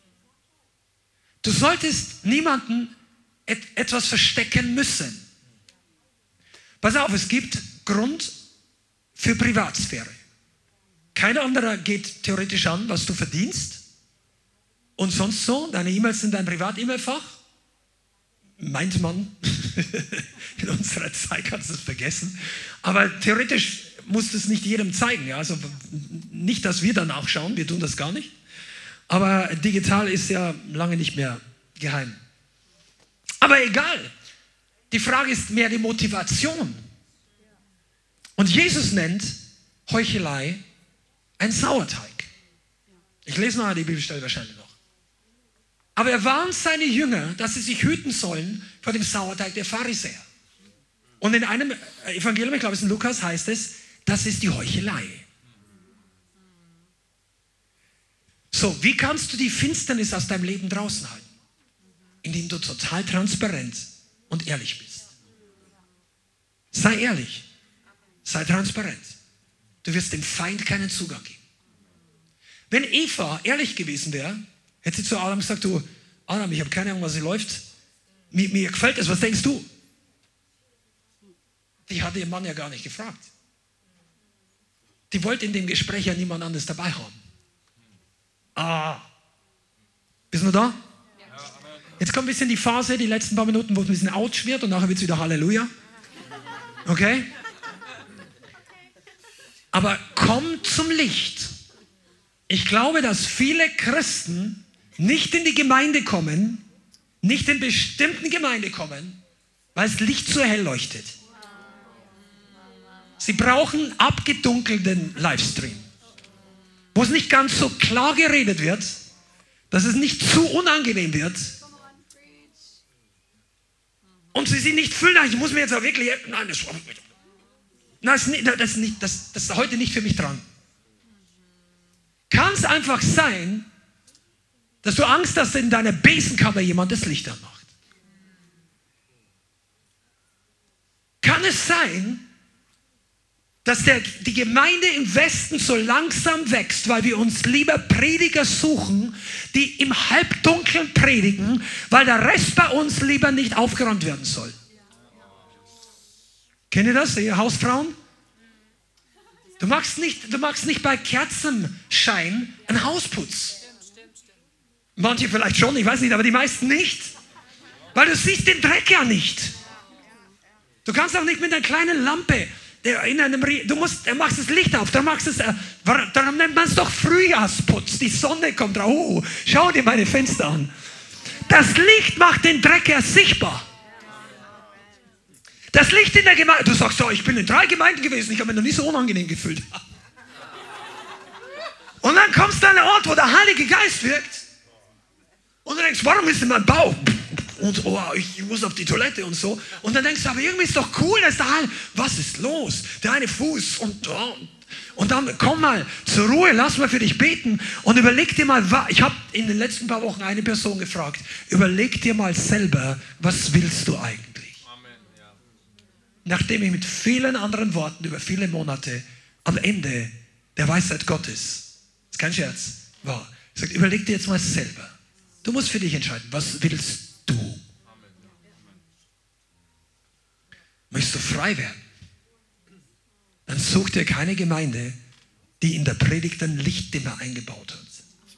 Du solltest niemanden et- etwas verstecken müssen. Pass auf, es gibt Grund für Privatsphäre. Kein anderer geht theoretisch an, was du verdienst. Und sonst so, deine E-Mails sind dein Privat-E-Mail-Fach. meint man. In unserer Zeit kannst du es vergessen. Aber theoretisch musst du es nicht jedem zeigen. Ja? Also nicht, dass wir danach schauen, wir tun das gar nicht. Aber digital ist ja lange nicht mehr geheim. Aber egal. Die Frage ist mehr die Motivation. Und Jesus nennt Heuchelei ein Sauerteig. Ich lese noch die Bibelstelle wahrscheinlich noch. Aber er warnt seine Jünger, dass sie sich hüten sollen vor dem Sauerteig der Pharisäer. Und in einem Evangelium, ich glaube es ist in Lukas, heißt es, das ist die Heuchelei. So, wie kannst du die Finsternis aus deinem Leben draußen halten? Indem du total transparent und ehrlich bist. Sei ehrlich. Sei transparent. Du wirst dem Feind keinen Zugang geben. Wenn Eva ehrlich gewesen wäre, hätte sie zu Adam gesagt, du, Adam, ich habe keine Ahnung, was hier läuft. Mir, mir gefällt das, was denkst du? Die hatte ihr Mann ja gar nicht gefragt. Die wollte in dem Gespräch ja niemand anderes dabei haben. Ah. Bist du noch da? Jetzt kommt ein bisschen die Phase, die letzten paar Minuten, wo es ein bisschen ouch wird und nachher wird es wieder Halleluja. Okay? Aber komm zum Licht. Ich glaube, dass viele Christen nicht in die Gemeinde kommen, nicht in bestimmten Gemeinde kommen, weil das Licht zu hell leuchtet. Sie brauchen abgedunkelten Livestream, wo es nicht ganz so klar geredet wird, dass es nicht zu unangenehm wird und sie sich nicht fühlen, ich muss mir jetzt auch wirklich, nein, das, das, ist, nicht, das, ist, nicht, das, das ist heute nicht für mich dran. Kann es einfach sein, dass du Angst hast, dass in deiner Besenkammer jemand das Licht anmacht? Kann es sein, dass der, die Gemeinde im Westen so langsam wächst, weil wir uns lieber Prediger suchen, die im Halbdunkeln predigen, weil der Rest bei uns lieber nicht aufgeräumt werden soll? Kennt ihr das, ihr Hausfrauen? Du machst nicht, du machst nicht bei Kerzenschein einen Hausputz. Manche vielleicht schon, ich weiß nicht, aber die meisten nicht. Weil du siehst den Dreck ja nicht. Du kannst auch nicht mit einer kleinen Lampe, der in einem, du musst, du machst das Licht auf, dann machst es, darum nennt man es doch Frühjahrsputz. Die Sonne kommt raus. Oh, schau dir meine Fenster an. Das Licht macht den Dreck erst sichtbar. Das Licht in der Gemeinde. Du sagst, oh, ich bin in drei Gemeinden gewesen, ich habe mich noch nie so unangenehm gefühlt. Und dann kommst du an einen Ort, wo der Heilige Geist wirkt. Und du denkst, warum ist denn mein Bauch? Und oh, ich muss auf die Toilette und so. Und dann denkst du, aber irgendwie ist doch cool, dass der Heilige. Was ist los? Der eine Fuß und oh. Und dann komm mal zur Ruhe, lass mal für dich beten und überleg dir mal, ich habe in den letzten paar Wochen eine Person gefragt, überleg dir mal selber, was willst du eigentlich? Nachdem ich mit vielen anderen Worten über viele Monate am Ende der Weisheit Gottes, das ist kein Scherz, war, ich sage, überleg dir jetzt mal selber. Du musst für dich entscheiden, was willst du? Möchtest du frei werden? Dann such dir keine Gemeinde, die in der Predigt einen Lichtdimmer eingebaut hat.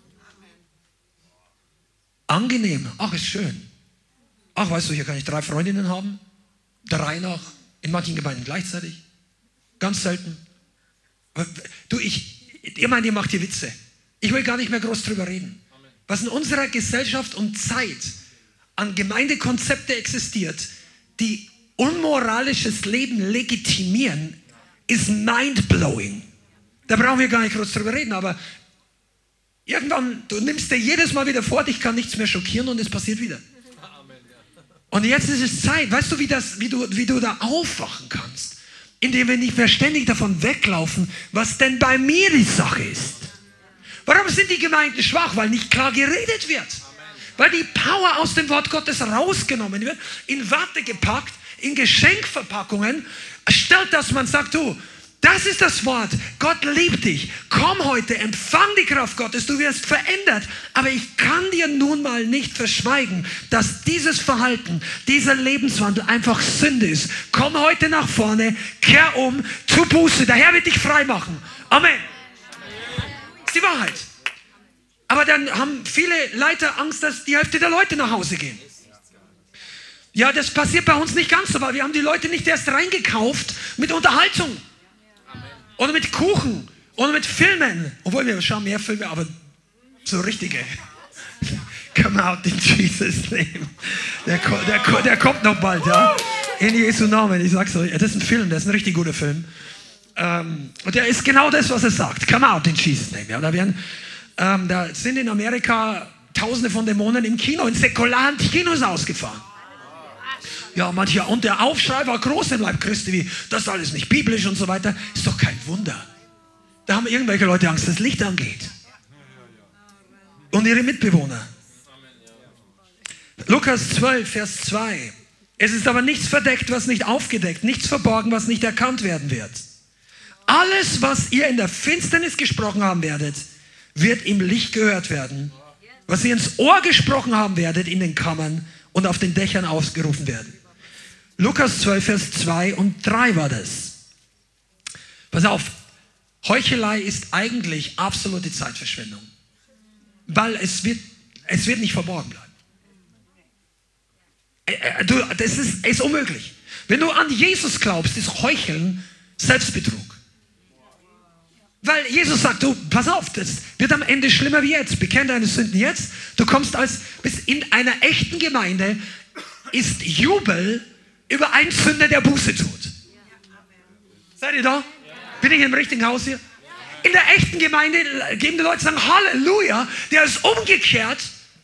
Angenehm, ach, ist schön. Ach, weißt du, hier kann ich drei Freundinnen haben, drei nach. In manchen Gemeinden gleichzeitig. Ganz selten. Du, ich, ihr meint, ihr macht hier Witze. Ich will gar nicht mehr groß drüber reden. Was in unserer Gesellschaft und Zeit an Gemeindekonzepte existiert, die unmoralisches Leben legitimieren, ist mindblowing. Da brauchen wir gar nicht groß drüber reden, aber irgendwann, du nimmst dir jedes Mal wieder vor, dich kann nichts mehr schockieren und es passiert wieder. Und jetzt ist es Zeit, weißt du, wie, das, wie, du, wie du da aufwachen kannst, indem wir nicht mehr ständig davon weglaufen, was denn bei mir die Sache ist. Warum sind die Gemeinden schwach? Weil nicht klar geredet wird. Weil die Power aus dem Wort Gottes rausgenommen wird, in Watte gepackt, in Geschenkverpackungen, statt dass man sagt, du, das ist das Wort. Gott liebt dich. Komm heute, empfang die Kraft Gottes. Du wirst verändert. Aber ich kann dir nun mal nicht verschweigen, dass dieses Verhalten, dieser Lebenswandel einfach Sünde ist. Komm heute nach vorne, kehr um, tu Buße. Der Herr wird dich frei machen. Amen. Das ist die Wahrheit. Aber dann haben viele Leiter Angst, dass die Hälfte der Leute nach Hause gehen. Ja, das passiert bei uns nicht ganz so, weil wir haben die Leute nicht erst reingekauft mit Unterhaltung. Oder mit Kuchen. Oder mit Filmen. Obwohl wir schauen mehr Filme, aber so richtige. Come out in Jesus' name. Der, der, der kommt noch bald, ja. In Jesu Namen. Ich sag's euch, das ist ein Film, das ist ein richtig guter Film. Ähm, und der ist genau das, was er sagt. Come out in Jesus' name. Ja, da, werden, ähm, da sind in Amerika Tausende von Dämonen im Kino, in säkularen Kinos ausgefahren. Ja, manche, und der Aufschrei war groß im Leib Christi, wie das ist alles nicht biblisch und so weiter. Ist doch kein Wunder. Da haben irgendwelche Leute Angst, dass das Licht angeht. Und ihre Mitbewohner. Lukas zwölf, Vers zwei. Es ist aber nichts verdeckt, was nicht aufgedeckt, nichts verborgen, was nicht erkannt werden wird. Alles, was ihr in der Finsternis gesprochen haben werdet, wird im Licht gehört werden. Was ihr ins Ohr gesprochen haben werdet in den Kammern und auf den Dächern ausgerufen werden. Lukas zwölf, Vers zwei und drei war das. Pass auf, Heuchelei ist eigentlich absolute Zeitverschwendung. Weil es wird, es wird nicht verborgen bleiben. Du, das ist, ist unmöglich. Wenn du an Jesus glaubst, ist Heucheln Selbstbetrug. Weil Jesus sagt, du, pass auf, das wird am Ende schlimmer wie jetzt. Bekenn deine Sünden jetzt. Du kommst als, bis in einer echten Gemeinde ist Jubel über einen Sünder, der Buße tut. Seid ihr da? Bin ich im richtigen Haus hier? In der echten Gemeinde geben die Leute sagen, Halleluja, der ist umgekehrt.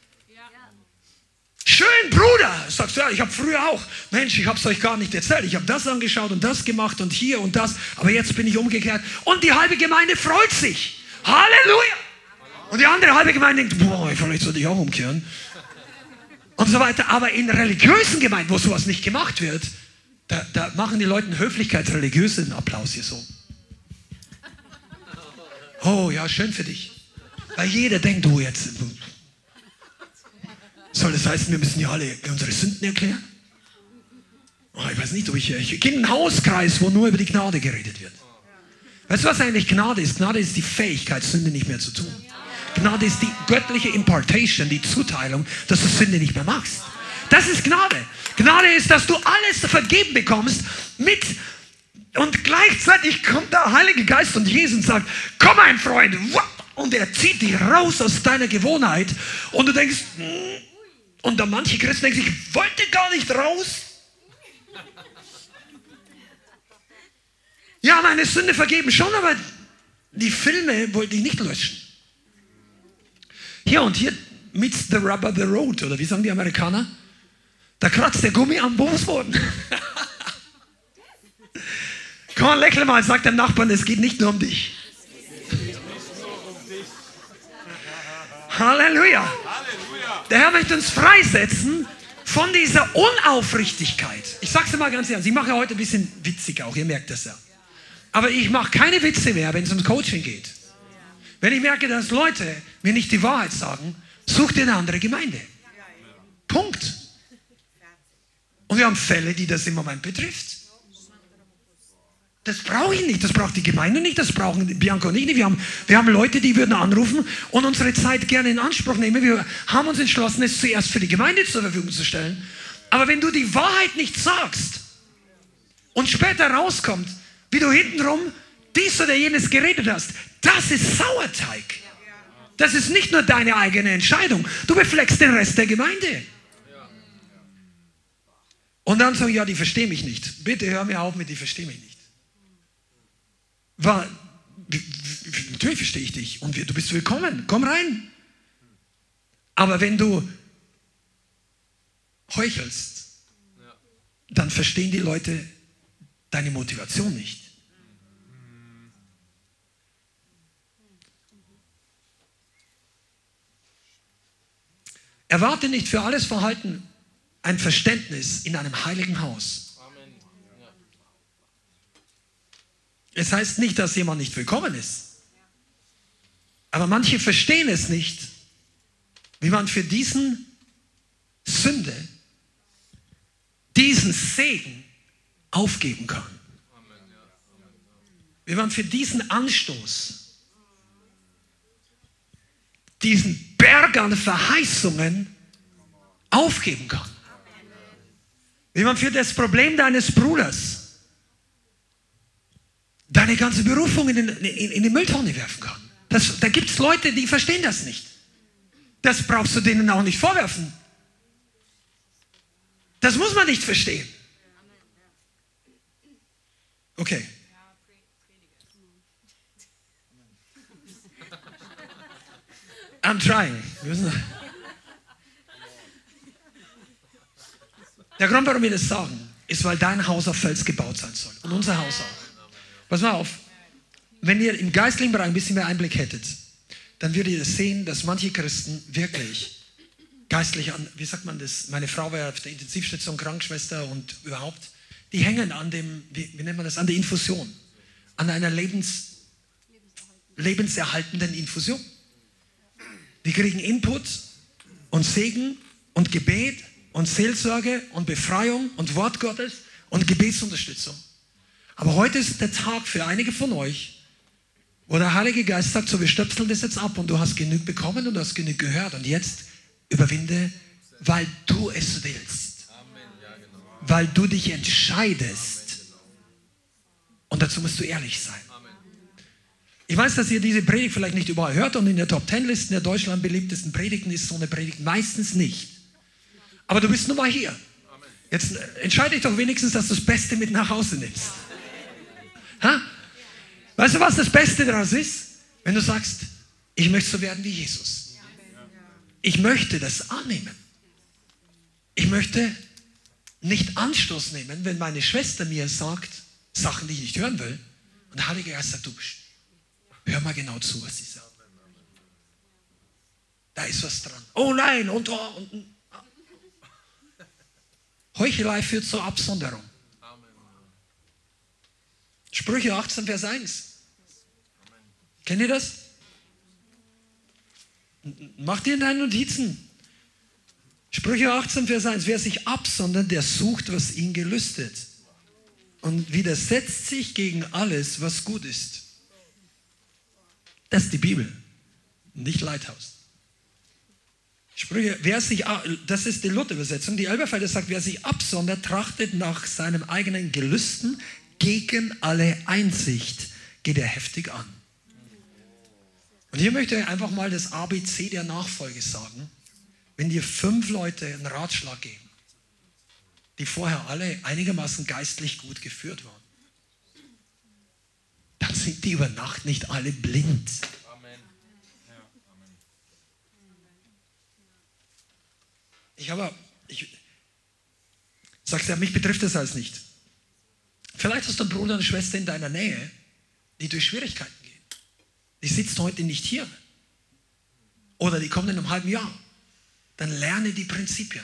Schön, Bruder. Sagst du, ja, ich habe früher auch, Mensch, ich habe es euch gar nicht erzählt. Ich habe das angeschaut und das gemacht und hier und das. Aber jetzt bin ich umgekehrt. Und die halbe Gemeinde freut sich. Halleluja. Und die andere halbe Gemeinde denkt, boah, vielleicht sollte ich auch umkehren. Und so weiter. Aber in religiösen Gemeinden, wo sowas nicht gemacht wird, da, da machen die Leute einen höflichkeitsreligiösen Applaus hier so. Oh ja, schön für dich. Weil jeder denkt, du jetzt... Soll das heißen, wir müssen ja alle unsere Sünden erklären? Oh, ich weiß nicht, ob ich... Ich gehe in einen Hauskreis, wo nur über die Gnade geredet wird. Weißt du, was eigentlich Gnade ist? Gnade ist die Fähigkeit, Sünde nicht mehr zu tun. Gnade ist die göttliche Impartation, die Zuteilung, dass du Sünde nicht mehr machst. Das ist Gnade. Gnade ist, dass du alles vergeben bekommst mit... Und gleichzeitig kommt der Heilige Geist und Jesus und sagt, komm mein Freund, und er zieht dich raus aus deiner Gewohnheit und du denkst... Und dann manche Christen denken sich, ich wollte gar nicht raus. Ja, meine Sünde vergeben schon, aber die Filme wollte ich nicht löschen. Hier und hier meets the rubber the road, oder wie sagen die Amerikaner? Da kratzt der Gummi am Fußboden. Komm, lächle mal, sag dem Nachbarn, es geht nicht nur um dich. Halleluja. Der Herr möchte uns freisetzen von dieser Unaufrichtigkeit. Ich sage es dir mal ganz ehrlich, ich mache ja heute ein bisschen witzig auch, ihr merkt das ja. Aber ich mache keine Witze mehr, wenn es ums Coaching geht. Wenn ich merke, dass Leute mir nicht die Wahrheit sagen, such dir eine andere Gemeinde. Punkt. Und wir haben Fälle, die das im Moment betrifft. Das brauche ich nicht, das braucht die Gemeinde nicht, das brauchen Bianca und ich nicht. Wir haben, wir haben Leute, die würden anrufen und unsere Zeit gerne in Anspruch nehmen. Wir haben uns entschlossen, es zuerst für die Gemeinde zur Verfügung zu stellen. Aber wenn du die Wahrheit nicht sagst und später rauskommt, wie du hintenrum dies oder jenes geredet hast, das ist Sauerteig. Das ist nicht nur deine eigene Entscheidung. Du befleckst den Rest der Gemeinde. Und dann sagen, ja, die verstehen mich nicht. Bitte hör mir auf mit, die verstehen mich nicht. War, natürlich verstehe ich dich und du bist willkommen, komm rein. Aber wenn du heuchelst, dann verstehen die Leute deine Motivation nicht. Erwarte nicht für alles Verhalten ein Verständnis in einem heiligen Haus. Es heißt nicht, dass jemand nicht willkommen ist. Aber manche verstehen es nicht, wie man für diesen Sünde, diesen Segen aufgeben kann. Wie man für diesen Anstoß, diesen Berg an Verheißungen aufgeben kann. Wie man für das Problem deines Bruders deine ganze Berufung in, den, in, in die Mülltonne werfen kann. Das, da gibt es Leute, die verstehen das nicht. Das brauchst du denen auch nicht vorwerfen. Das muss man nicht verstehen. Okay. I'm trying. Der Grund, warum wir das sagen, ist, weil dein Haus auf Fels gebaut sein soll. Und unser Haus auch. Pass mal auf. Wenn ihr im geistlichen Bereich ein bisschen mehr Einblick hättet, dann würdet ihr sehen, dass manche Christen wirklich geistlich an, wie sagt man das, meine Frau war ja auf der Intensivstation Krankenschwester und überhaupt, die hängen an dem, wie, wie nennt man das, an der Infusion, an einer Lebens, lebenserhaltenden Infusion. Die kriegen Input und Segen und Gebet und Seelsorge und Befreiung und Wort Gottes und Gebetsunterstützung. Aber heute ist der Tag für einige von euch, wo der Heilige Geist sagt, so wir stöpseln das jetzt ab und du hast genug bekommen und du hast genug gehört und jetzt überwinde, weil du es willst. Weil du dich entscheidest. Und dazu musst du ehrlich sein. Ich weiß, dass ihr diese Predigt vielleicht nicht überall hört und in der Top Ten Listen der Deutschland beliebtesten Predigten ist so eine Predigt meistens nicht. Aber du bist nun mal hier. Jetzt entscheide dich doch wenigstens, dass du das Beste mit nach Hause nimmst. Ha? Weißt du, was das Beste daraus ist? Wenn du sagst, ich möchte so werden wie Jesus. Ich möchte das annehmen. Ich möchte nicht Anstoß nehmen, wenn meine Schwester mir sagt, Sachen, die ich nicht hören will. Und der Heilige Geist sagt, du, hör mal genau zu, was sie sagt. Da ist was dran. Oh nein, und, oh, und Heuchelei führt zur Absonderung. Sprüche achtzehn, Vers eins. Kennt ihr das? Macht ihr in deinen Notizen. Sprüche achtzehn, Vers eins. Wer sich absondert, der sucht, was ihn gelüstet. Und widersetzt sich gegen alles, was gut ist. Das ist die Bibel, nicht Lighthouse. Sprüche, wer sich, das ist die Luther-Übersetzung. Die Elberfelder sagt, wer sich absondert, trachtet nach seinem eigenen Gelüsten, gegen alle Einsicht geht er heftig an. Und hier möchte ich einfach mal das A B C der Nachfolge sagen. Wenn dir fünf Leute einen Ratschlag geben, die vorher alle einigermaßen geistlich gut geführt waren, dann sind die über Nacht nicht alle blind. Amen. Ich habe, ich sag's ja, mich betrifft das alles nicht. Vielleicht hast du einen Bruder und eine Schwester in deiner Nähe, die durch Schwierigkeiten gehen. Die sitzt heute nicht hier. Oder die kommen in einem halben Jahr. Dann lerne die Prinzipien.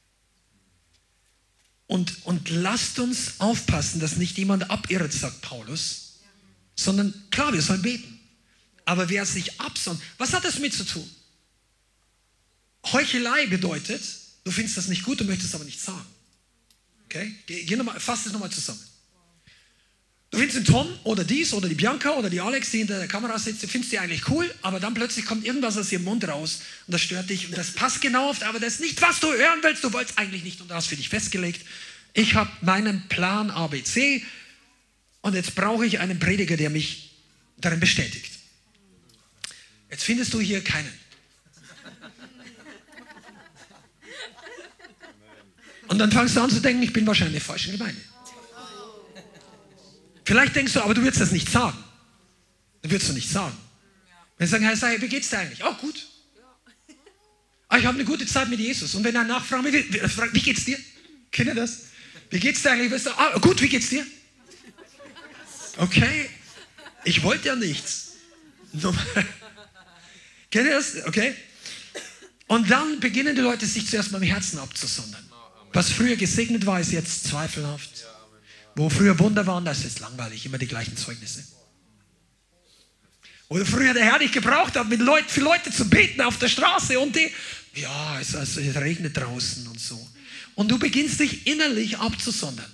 Und, und lasst uns aufpassen, dass nicht jemand abirrt, sagt Paulus. Sondern, klar, wir sollen beten. Aber wer sich absondert, was hat das mit zu tun? Heuchelei bedeutet, du findest das nicht gut, du möchtest es aber nicht sagen. Okay? Geh, geh noch mal, fass das nochmal zusammen. Du findest den Tom oder dies oder die Bianca oder die Alex, die hinter der Kamera sitzt, du findest die eigentlich cool, aber dann plötzlich kommt irgendwas aus ihrem Mund raus und das stört dich und das passt genau oft, aber das ist nicht, was du hören willst, du wolltest eigentlich nicht und du hast für dich festgelegt. Ich habe meinen Plan A B C und jetzt brauche ich einen Prediger, der mich darin bestätigt. Jetzt findest du hier keinen. Und dann fangst du an zu denken, ich bin wahrscheinlich in der falschen Gemeinde. Vielleicht denkst du, aber du willst das nicht sagen. Dann würdest du nicht sagen. Wenn sie sagen, Herr Sei, wie geht's dir eigentlich? Oh, gut. Ah, ich habe eine gute Zeit mit Jesus. Und wenn er nachfragt, wie, wie, wie geht's dir? Kennt ihr das? Wie geht's dir eigentlich? Du, ah, gut, wie geht's dir? Okay. Ich wollte ja nichts. Kennt ihr das? Okay. Und dann beginnen die Leute, sich zuerst mal im Herzen abzusondern. Was früher gesegnet war, ist jetzt zweifelhaft. Wo früher Wunder waren, das ist jetzt langweilig, immer die gleichen Zeugnisse. Wo früher der Herr dich gebraucht hat, mit Leuten, für Leute zu beten auf der Straße und die, ja, es, es regnet draußen und so. Und du beginnst dich innerlich abzusondern.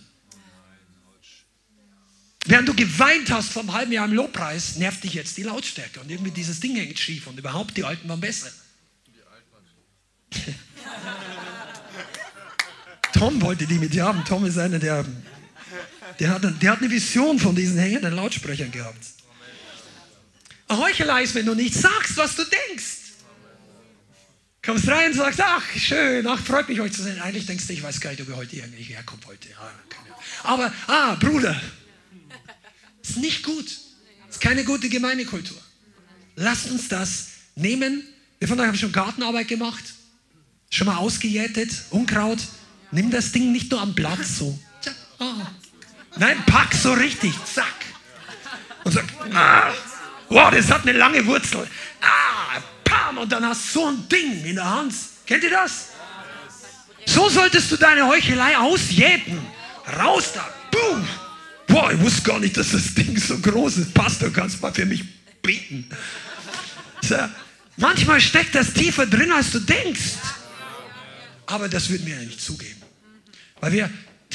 Während du geweint hast vor einem halben Jahr im Lobpreis, nervt dich jetzt die Lautstärke und irgendwie dieses Ding hängt schief und überhaupt die Alten waren besser. Tom wollte die mit haben. Tom ist einer, der, der, hat, der hat eine Vision von diesen hängenden Lautsprechern gehabt. Heuchelei ist, wenn du nicht sagst, was du denkst. Kommst rein und sagst, ach, schön, ach, freut mich, euch zu sehen. Eigentlich denkst du, ich weiß gar nicht, ob ihr heute irgendwie herkommt heute. Ja, aber, ah, Bruder, ist nicht gut. Ist keine gute Gemeindekultur. Lasst uns das nehmen. Wir von euch haben schon Gartenarbeit gemacht, schon mal ausgejätet, Unkraut. Nimm das Ding nicht nur am Blatt so. Oh. Nein, pack so richtig, zack. Und sag, ah, wow, das hat eine lange Wurzel. Ah, pam, und dann hast du so ein Ding in der Hand. Kennt ihr das? So solltest du deine Heuchelei ausjäten. Raus da, boom. Boah, ich wusste gar nicht, dass das Ding so groß ist. Pastor, kannst mal für mich beten. So, manchmal steckt das tiefer drin, als du denkst. Aber das würden wir ja nicht zugeben. Weil wir,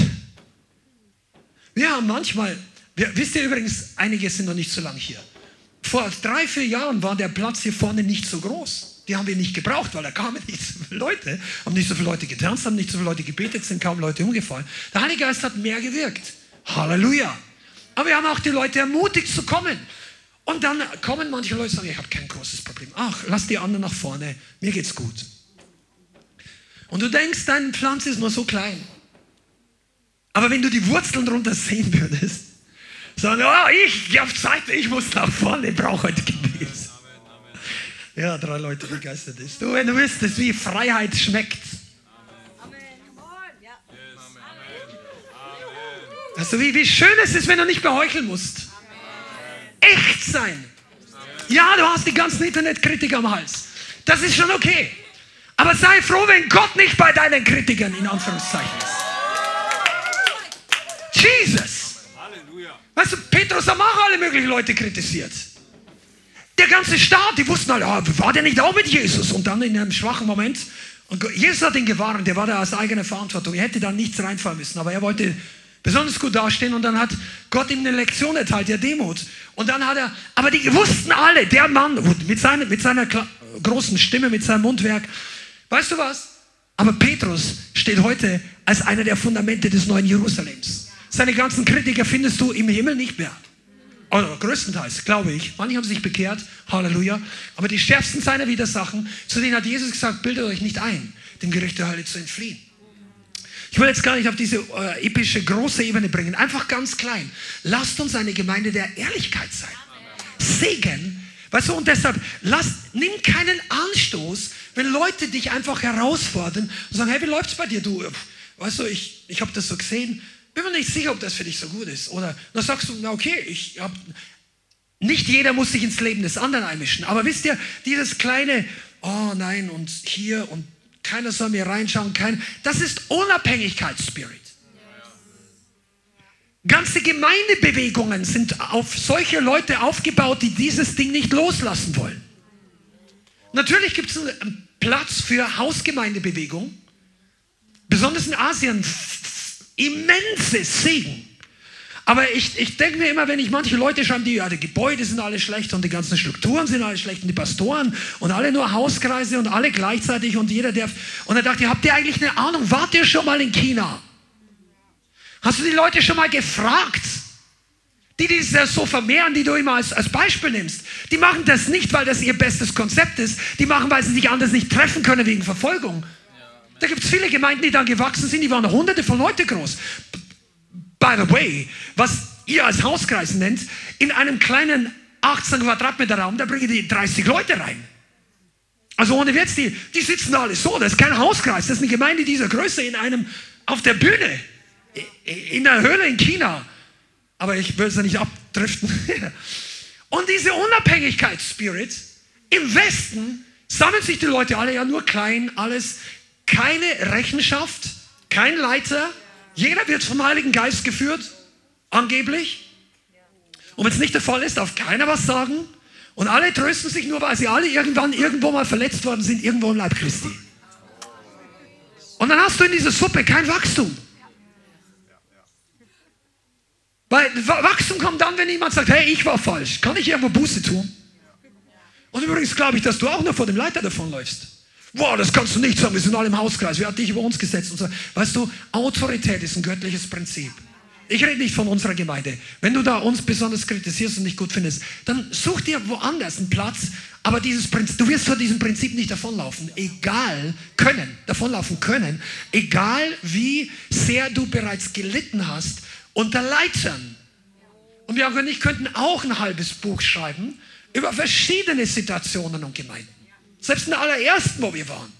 wir haben manchmal, wir, wisst ihr übrigens, einige sind noch nicht so lange hier. Vor drei, vier Jahren war der Platz hier vorne nicht so groß. Die haben wir nicht gebraucht, weil da kamen nicht so viele Leute, haben nicht so viele Leute getanzt, haben nicht so viele Leute gebetet, sind kaum Leute umgefallen. Der Heilige Geist hat mehr gewirkt. Halleluja. Aber wir haben auch die Leute ermutigt zu kommen. Und dann kommen manche Leute und sagen, ich habe kein großes Problem. Ach, lass die anderen nach vorne, mir geht's gut. Und du denkst, deine Pflanze ist nur so klein. Aber wenn du die Wurzeln drunter sehen würdest, sagen, oh, ich, ich habe Zeit, ich muss nach vorne, ich brauche heute Gebet. Ja, drei Leute begeistert ist. Du, wenn du wüsstest, wie Freiheit schmeckt. Also wie, wie schön es ist, wenn du nicht mehr heucheln musst. Echt sein. Ja, du hast die ganzen Internetkritiker am Hals. Das ist schon okay. Aber sei froh, wenn Gott nicht bei deinen Kritikern in Anführungszeichen ist. Jesus. Weißt du, Petrus hat auch alle möglichen Leute kritisiert. Der ganze Staat, die wussten alle, ah, war der nicht auch mit Jesus? Und dann in einem schwachen Moment, und Jesus hat ihn gewarnt, der war da aus eigener Verantwortung. Er hätte da nichts reinfallen müssen, aber er wollte besonders gut dastehen und dann hat Gott ihm eine Lektion erteilt, der Demut. Und dann hat er, aber die wussten alle, der Mann mit seiner, mit seiner großen Stimme, mit seinem Mundwerk, weißt du was? Aber Petrus steht heute als einer der Fundamente des neuen Jerusalems. Seine ganzen Kritiker findest du im Himmel nicht mehr. Oder größtenteils, glaube ich. Manche haben sich bekehrt, Halleluja. Aber die schärfsten seiner Widersachen, zu denen hat Jesus gesagt, bildet euch nicht ein, dem Gericht der Hölle zu entfliehen. Ich will jetzt gar nicht auf diese äh, epische, große Ebene bringen. Einfach ganz klein. Lasst uns eine Gemeinde der Ehrlichkeit sein. Segen. Weißt du, und deshalb, lass, nimm keinen Anstoß, wenn Leute dich einfach herausfordern und sagen, hey, wie läuft's bei dir? Du, weißt du, ich, ich habe das so gesehen, bin mir nicht sicher, ob das für dich so gut ist. Oder dann sagst du, na okay, ich hab, nicht jeder muss sich ins Leben des anderen einmischen. Aber wisst ihr, dieses kleine, oh nein, und hier und keiner soll mir reinschauen, kein, das ist Unabhängigkeitsspirit. Ganze Gemeindebewegungen sind auf solche Leute aufgebaut, die dieses Ding nicht loslassen wollen. Natürlich gibt es einen Platz für Hausgemeindebewegung, besonders in Asien, immense Segen. Aber ich, ich denke mir immer, wenn ich manche Leute schreibe, die, ja, die Gebäude sind alle schlecht und die ganzen Strukturen sind alle schlecht und die Pastoren und alle nur Hauskreise und alle gleichzeitig und jeder der... Und dann dachte ich, habt ihr eigentlich eine Ahnung, wart ihr schon mal in China? Hast du die Leute schon mal gefragt? Die, die das so vermehren, die du immer als, als Beispiel nimmst, die machen das nicht, weil das ihr bestes Konzept ist. Die machen, weil sie sich anders nicht treffen können wegen Verfolgung. Da gibt es viele Gemeinden, die dann gewachsen sind, die waren hunderte von Leute groß. By the way, was ihr als Hauskreis nennt, in einem kleinen achtzehn Quadratmeter Raum, da bringen die dreißig Leute rein. Also ohne Witz, die, die sitzen da alle so, das ist kein Hauskreis, das ist eine Gemeinde dieser Größe in einem, auf der Bühne, in einer Höhle in China. Aber ich will es ja nicht abdriften. Und diese Unabhängigkeitsspirit, im Westen sammeln sich die Leute alle ja nur klein, alles, keine Rechenschaft, kein Leiter, jeder wird vom Heiligen Geist geführt, angeblich. Und wenn es nicht der Fall ist, darf keiner was sagen. Und alle trösten sich nur, weil sie alle irgendwann irgendwo mal verletzt worden sind, irgendwo im Leib Christi. Und dann hast du in dieser Suppe kein Wachstum. Weil Wachstum kommt dann, wenn jemand sagt, hey, ich war falsch. Kann ich irgendwo Buße tun? Und übrigens glaube ich, dass du auch nur vor dem Leiter davonläufst. Wow, das kannst du nicht sagen, wir sind alle im Hauskreis, wer hat dich über uns gesetzt? Und so. Weißt du, Autorität ist ein göttliches Prinzip. Ich rede nicht von unserer Gemeinde. Wenn du da uns besonders kritisierst und nicht gut findest, dann such dir woanders einen Platz, aber dieses Prinzip, du wirst vor diesem Prinzip nicht davonlaufen, egal können, davonlaufen können, egal wie sehr du bereits gelitten hast unter Leitern. Und wir und ich könnten auch ein halbes Buch schreiben über verschiedene Situationen und Gemeinden. Selbst in der allerersten, wo wir waren.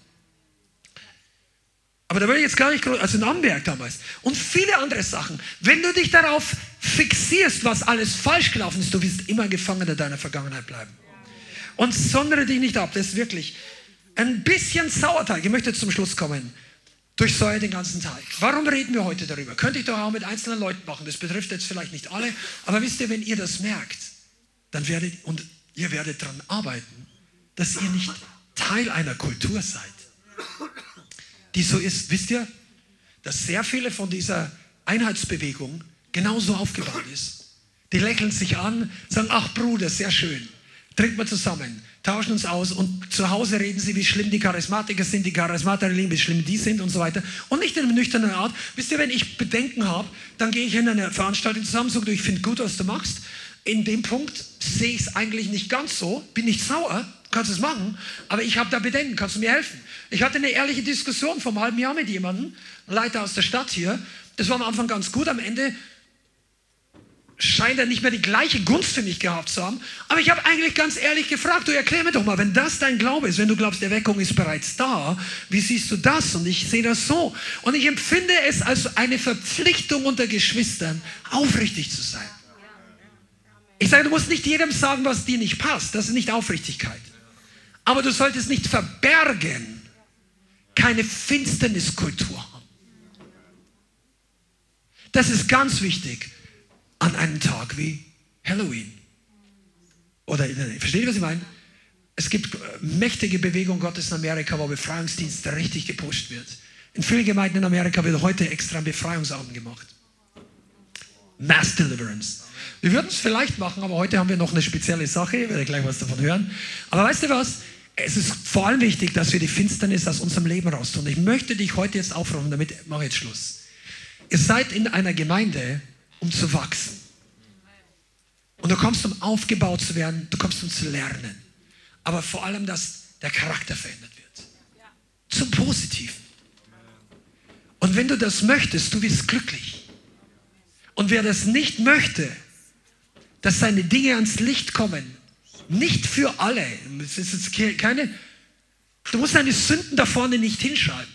Aber da will ich jetzt gar nicht groß, also in Amberg damals. Und viele andere Sachen. Wenn du dich darauf fixierst, was alles falsch gelaufen ist, du wirst immer Gefangener deiner Vergangenheit bleiben. Und sondere dich nicht ab, das ist wirklich ein bisschen Sauerteig. Ich möchte zum Schluss kommen. Durchsäuert den ganzen Teig. Warum reden wir heute darüber? Könnte ich doch auch mit einzelnen Leuten machen. Das betrifft jetzt vielleicht nicht alle. Aber wisst ihr, wenn ihr das merkt, dann werdet, und ihr werdet daran arbeiten, dass ihr nicht Teil einer Kultur seid, die so ist. Wisst ihr, dass sehr viele von dieser Einheitsbewegung genauso aufgebaut ist. Die lächeln sich an, sagen, ach Bruder, sehr schön. Trinken wir zusammen, tauschen uns aus und zu Hause reden sie, wie schlimm die Charismatiker sind, die Charismatiker lieben, wie schlimm die sind und so weiter. Und nicht in einer nüchternen Art. Wisst ihr, wenn ich Bedenken habe, dann gehe ich in eine Veranstaltung zusammen, sage, ich finde gut, was du machst. In dem Punkt sehe ich es eigentlich nicht ganz so, bin nicht sauer, kannst es machen, aber ich habe da Bedenken, kannst du mir helfen? Ich hatte eine ehrliche Diskussion vor einem halben Jahr mit jemandem, ein Leiter aus der Stadt hier, das war am Anfang ganz gut, am Ende scheint er nicht mehr die gleiche Gunst für mich gehabt zu haben, aber ich habe eigentlich ganz ehrlich gefragt, du erklär mir doch mal, wenn das dein Glaube ist, wenn du glaubst, Erweckung ist bereits da, wie siehst du das? Und ich sehe das so und ich empfinde es als eine Verpflichtung unter Geschwistern, aufrichtig zu sein. Ich sage, du musst nicht jedem sagen, was dir nicht passt, das ist nicht Aufrichtigkeit. Aber du solltest nicht verbergen, keine Finsterniskultur haben. Das ist ganz wichtig an einem Tag wie Halloween. Oder, versteht ihr, was ich meine? Es gibt mächtige Bewegung Gottes in Amerika, wo Befreiungsdienst richtig gepusht wird. In vielen Gemeinden in Amerika wird heute extra ein Befreiungsabend gemacht. Mass Deliverance. Wir würden es vielleicht machen, aber heute haben wir noch eine spezielle Sache. Ich werde gleich was davon hören. Aber weißt du was? Es ist vor allem wichtig, dass wir die Finsternis aus unserem Leben raustun. Ich möchte dich heute jetzt aufrufen, damit mache ich jetzt Schluss. Ihr seid in einer Gemeinde, um zu wachsen. Und du kommst, um aufgebaut zu werden, du kommst, um zu lernen. Aber vor allem, dass der Charakter verändert wird. Zum Positiven. Und wenn du das möchtest, du wirst glücklich. Und wer das nicht möchte, dass seine Dinge ans Licht kommen, nicht für alle. Es ist jetzt keine, du musst deine Sünden da vorne nicht hinschreiben.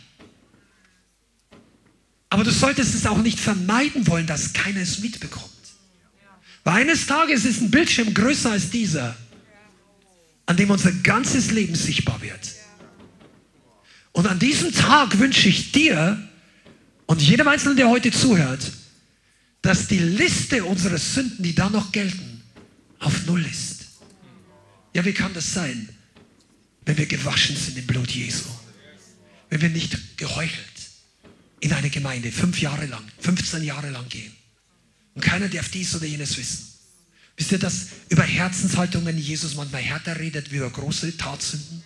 Aber du solltest es auch nicht vermeiden wollen, dass keiner es mitbekommt. Weil eines Tages ist ein Bildschirm größer als dieser, an dem unser ganzes Leben sichtbar wird. Und an diesem Tag wünsche ich dir und jedem Einzelnen, der heute zuhört, dass die Liste unserer Sünden, die da noch gelten, auf Null ist. Ja, wie kann das sein, wenn wir gewaschen sind im Blut Jesu? Wenn wir nicht geheuchelt in eine Gemeinde fünf Jahre lang, fünfzehn Jahre lang gehen. Und keiner darf dies oder jenes wissen. Wisst ihr, dass über Herzenshaltungen Jesus manchmal härter redet wie über große Tatsünden?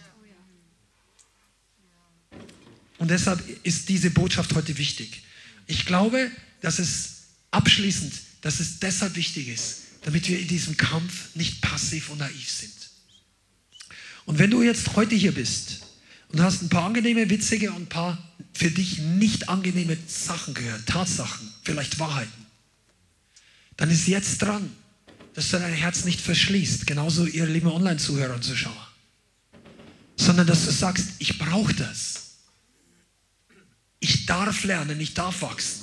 Und deshalb ist diese Botschaft heute wichtig. Ich glaube, dass es abschließend, dass es deshalb wichtig ist, damit wir in diesem Kampf nicht passiv und naiv sind. Und wenn du jetzt heute hier bist und hast ein paar angenehme, witzige und ein paar für dich nicht angenehme Sachen gehört, Tatsachen, vielleicht Wahrheiten, dann ist jetzt dran, dass du dein Herz nicht verschließt, genauso ihr lieben Online-Zuhörer und Zuschauer, sondern dass du sagst, ich brauche das. Ich darf lernen, ich darf wachsen.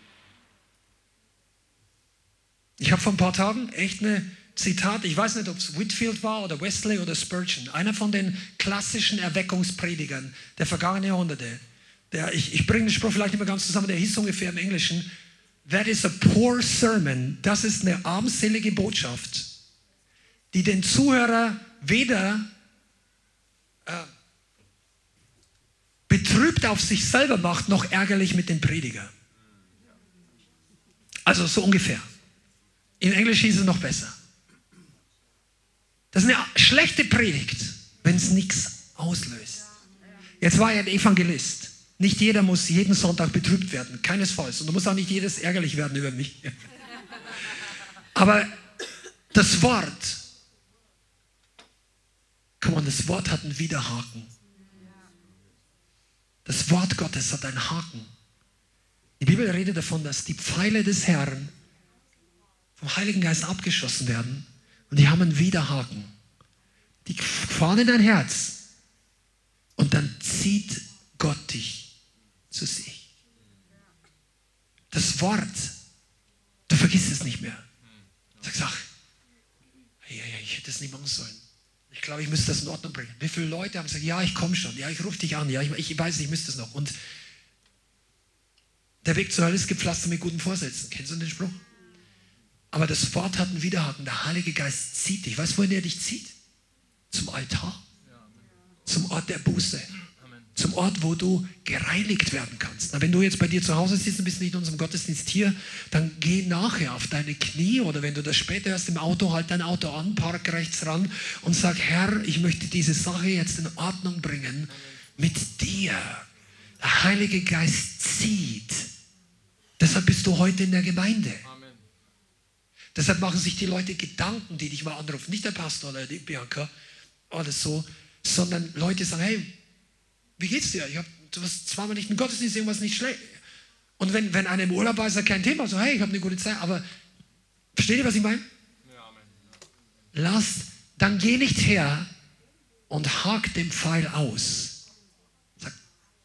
Ich habe vor ein paar Tagen echt eine Zitat, ich weiß nicht, ob es Whitfield war oder Wesley oder Spurgeon, einer von den klassischen Erweckungspredigern der vergangenen Jahrhunderte. Der, ich, ich bringe den Spruch vielleicht nicht mehr ganz zusammen, der hieß ungefähr im Englischen, that is a poor sermon. Das ist eine armselige Botschaft, die den Zuhörer weder äh, betrübt auf sich selber macht, noch ärgerlich mit dem Prediger. Also so ungefähr. In Englisch hieß es noch besser. Das ist eine schlechte Predigt, wenn es nichts auslöst. Jetzt war er ein Evangelist. Nicht jeder muss jeden Sonntag betrübt werden, keinesfalls. Und du musst auch nicht jedes ärgerlich werden über mich. Aber das Wort, komm on, das Wort hat einen Widerhaken. Das Wort Gottes hat einen Haken. Die Bibel redet davon, dass die Pfeile des Herrn vom Heiligen Geist abgeschossen werden und die haben einen Widerhaken. Die fahren in dein Herz und dann zieht Gott dich zu sich. Das Wort, du vergisst es nicht mehr. Du sagst, ach, ich hätte es nicht machen sollen. Ich glaube, ich müsste das in Ordnung bringen. Wie viele Leute haben gesagt, ja, ich komme schon, ja, ich rufe dich an, ja, ich, ich weiß, ich müsste es noch. Und der Weg zur Hölle ist gepflastert mit guten Vorsätzen. Kennst du den Spruch? Aber das Wort hat einen Widerhaken. Der Heilige Geist zieht dich. Weißt du, wohin er dich zieht? Zum Altar. Zum Ort der Buße. Zum Ort, wo du gereinigt werden kannst. Na, wenn du jetzt bei dir zu Hause sitzt und bist nicht in unserem Gottesdienst hier, dann geh nachher auf deine Knie oder wenn du das später hörst im Auto, halt dein Auto an, park rechts ran und sag, Herr, ich möchte diese Sache jetzt in Ordnung bringen mit dir. Der Heilige Geist zieht. Deshalb bist du heute in der Gemeinde. Amen. Deshalb machen sich die Leute Gedanken, die dich mal anrufen. Nicht der Pastor oder die Bianca oder so, sondern Leute sagen, hey, wie geht's dir? Ich hab, du hast zweimal nicht im Gottesdienst, irgendwas nicht schlecht. Und wenn, wenn einer im Urlaub war, ist ja kein Thema. So, hey, ich habe eine gute Zeit. Aber versteht ihr, was ich meine? Ja, Amen. Lass, dann geh nicht her und hak den Pfeil aus. Sag,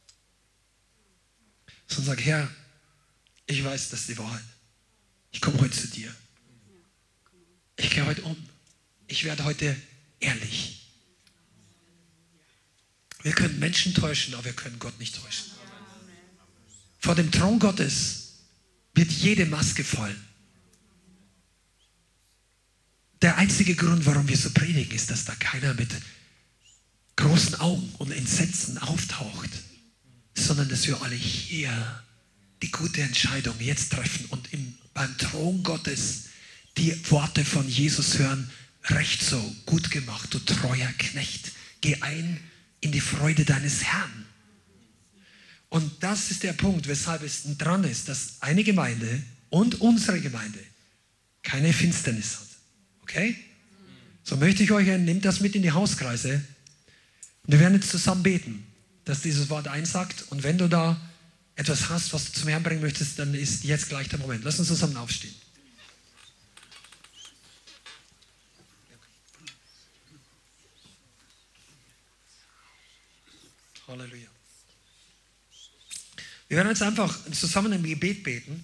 sondern sag, Herr, ich weiß, das ist die Wahrheit. Ich komme heute zu dir. Ich gehe heute um. Ich werde heute ehrlich. Wir können Menschen täuschen, aber wir können Gott nicht täuschen. Vor dem Thron Gottes wird jede Maske fallen. Der einzige Grund, warum wir so predigen, ist, dass da keiner mit großen Augen und Entsetzen auftaucht, sondern dass wir alle hier die gute Entscheidung jetzt treffen und im, beim Thron Gottes die Worte von Jesus hören, recht so, gut gemacht, du treuer Knecht, geh ein in die Freude deines Herrn. Und das ist der Punkt, weshalb es dran ist, dass eine Gemeinde und unsere Gemeinde keine Finsternis hat. Okay? So möchte ich euch, nehmt das mit in die Hauskreise. Und wir werden jetzt zusammen beten, dass dieses Wort einsagt. Und wenn du da etwas hast, was du zum Herrn bringen möchtest, dann ist jetzt gleich der Moment. Lass uns zusammen aufstehen. Halleluja. Wir werden jetzt einfach zusammen im Gebet beten,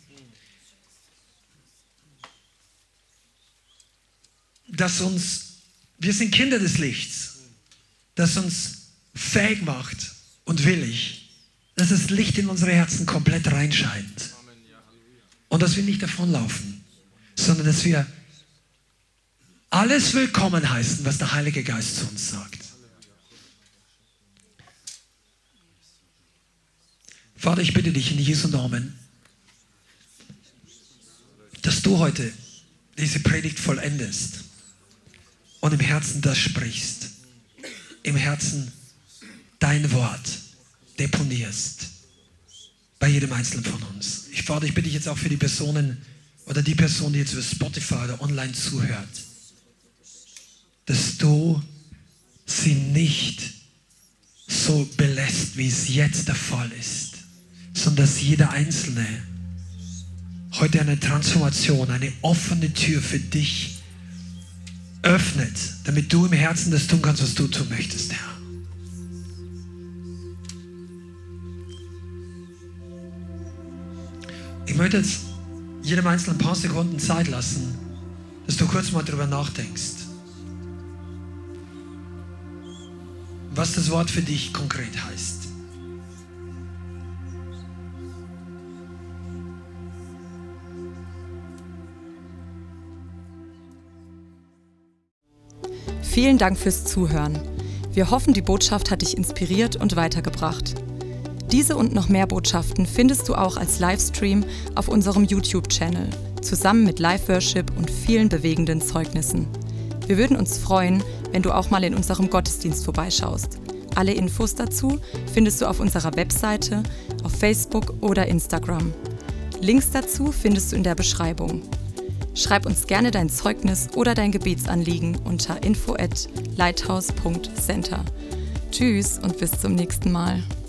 dass uns, wir sind Kinder des Lichts, das uns fähig macht und willig, dass das Licht in unsere Herzen komplett reinscheint. Und dass wir nicht davonlaufen, sondern dass wir alles willkommen heißen, was der Heilige Geist zu uns sagt. Vater, ich bitte dich in Jesu Namen, dass du heute diese Predigt vollendest und im Herzen das sprichst, im Herzen dein Wort deponierst, bei jedem Einzelnen von uns. Ich, Vater, ich bitte dich jetzt auch für die Personen oder die Person, die jetzt über Spotify oder online zuhört, dass du sie nicht so belässt, wie es jetzt der Fall ist, sondern dass jeder Einzelne heute eine Transformation, eine offene Tür für dich öffnet, damit du im Herzen das tun kannst, was du tun möchtest, Herr. Ich möchte jetzt jedem Einzelnen ein paar Sekunden Zeit lassen, dass du kurz mal darüber nachdenkst, was das Wort für dich konkret heißt. Vielen Dank fürs Zuhören. Wir hoffen, die Botschaft hat dich inspiriert und weitergebracht. Diese und noch mehr Botschaften findest du auch als Livestream auf unserem YouTube-Channel, zusammen mit Live-Worship und vielen bewegenden Zeugnissen. Wir würden uns freuen, wenn du auch mal in unserem Gottesdienst vorbeischaust. Alle Infos dazu findest du auf unserer Webseite, auf Facebook oder Instagram. Links dazu findest du in der Beschreibung. Schreib uns gerne dein Zeugnis oder dein Gebetsanliegen unter info at lighthouse punkt center. Tschüss und bis zum nächsten Mal.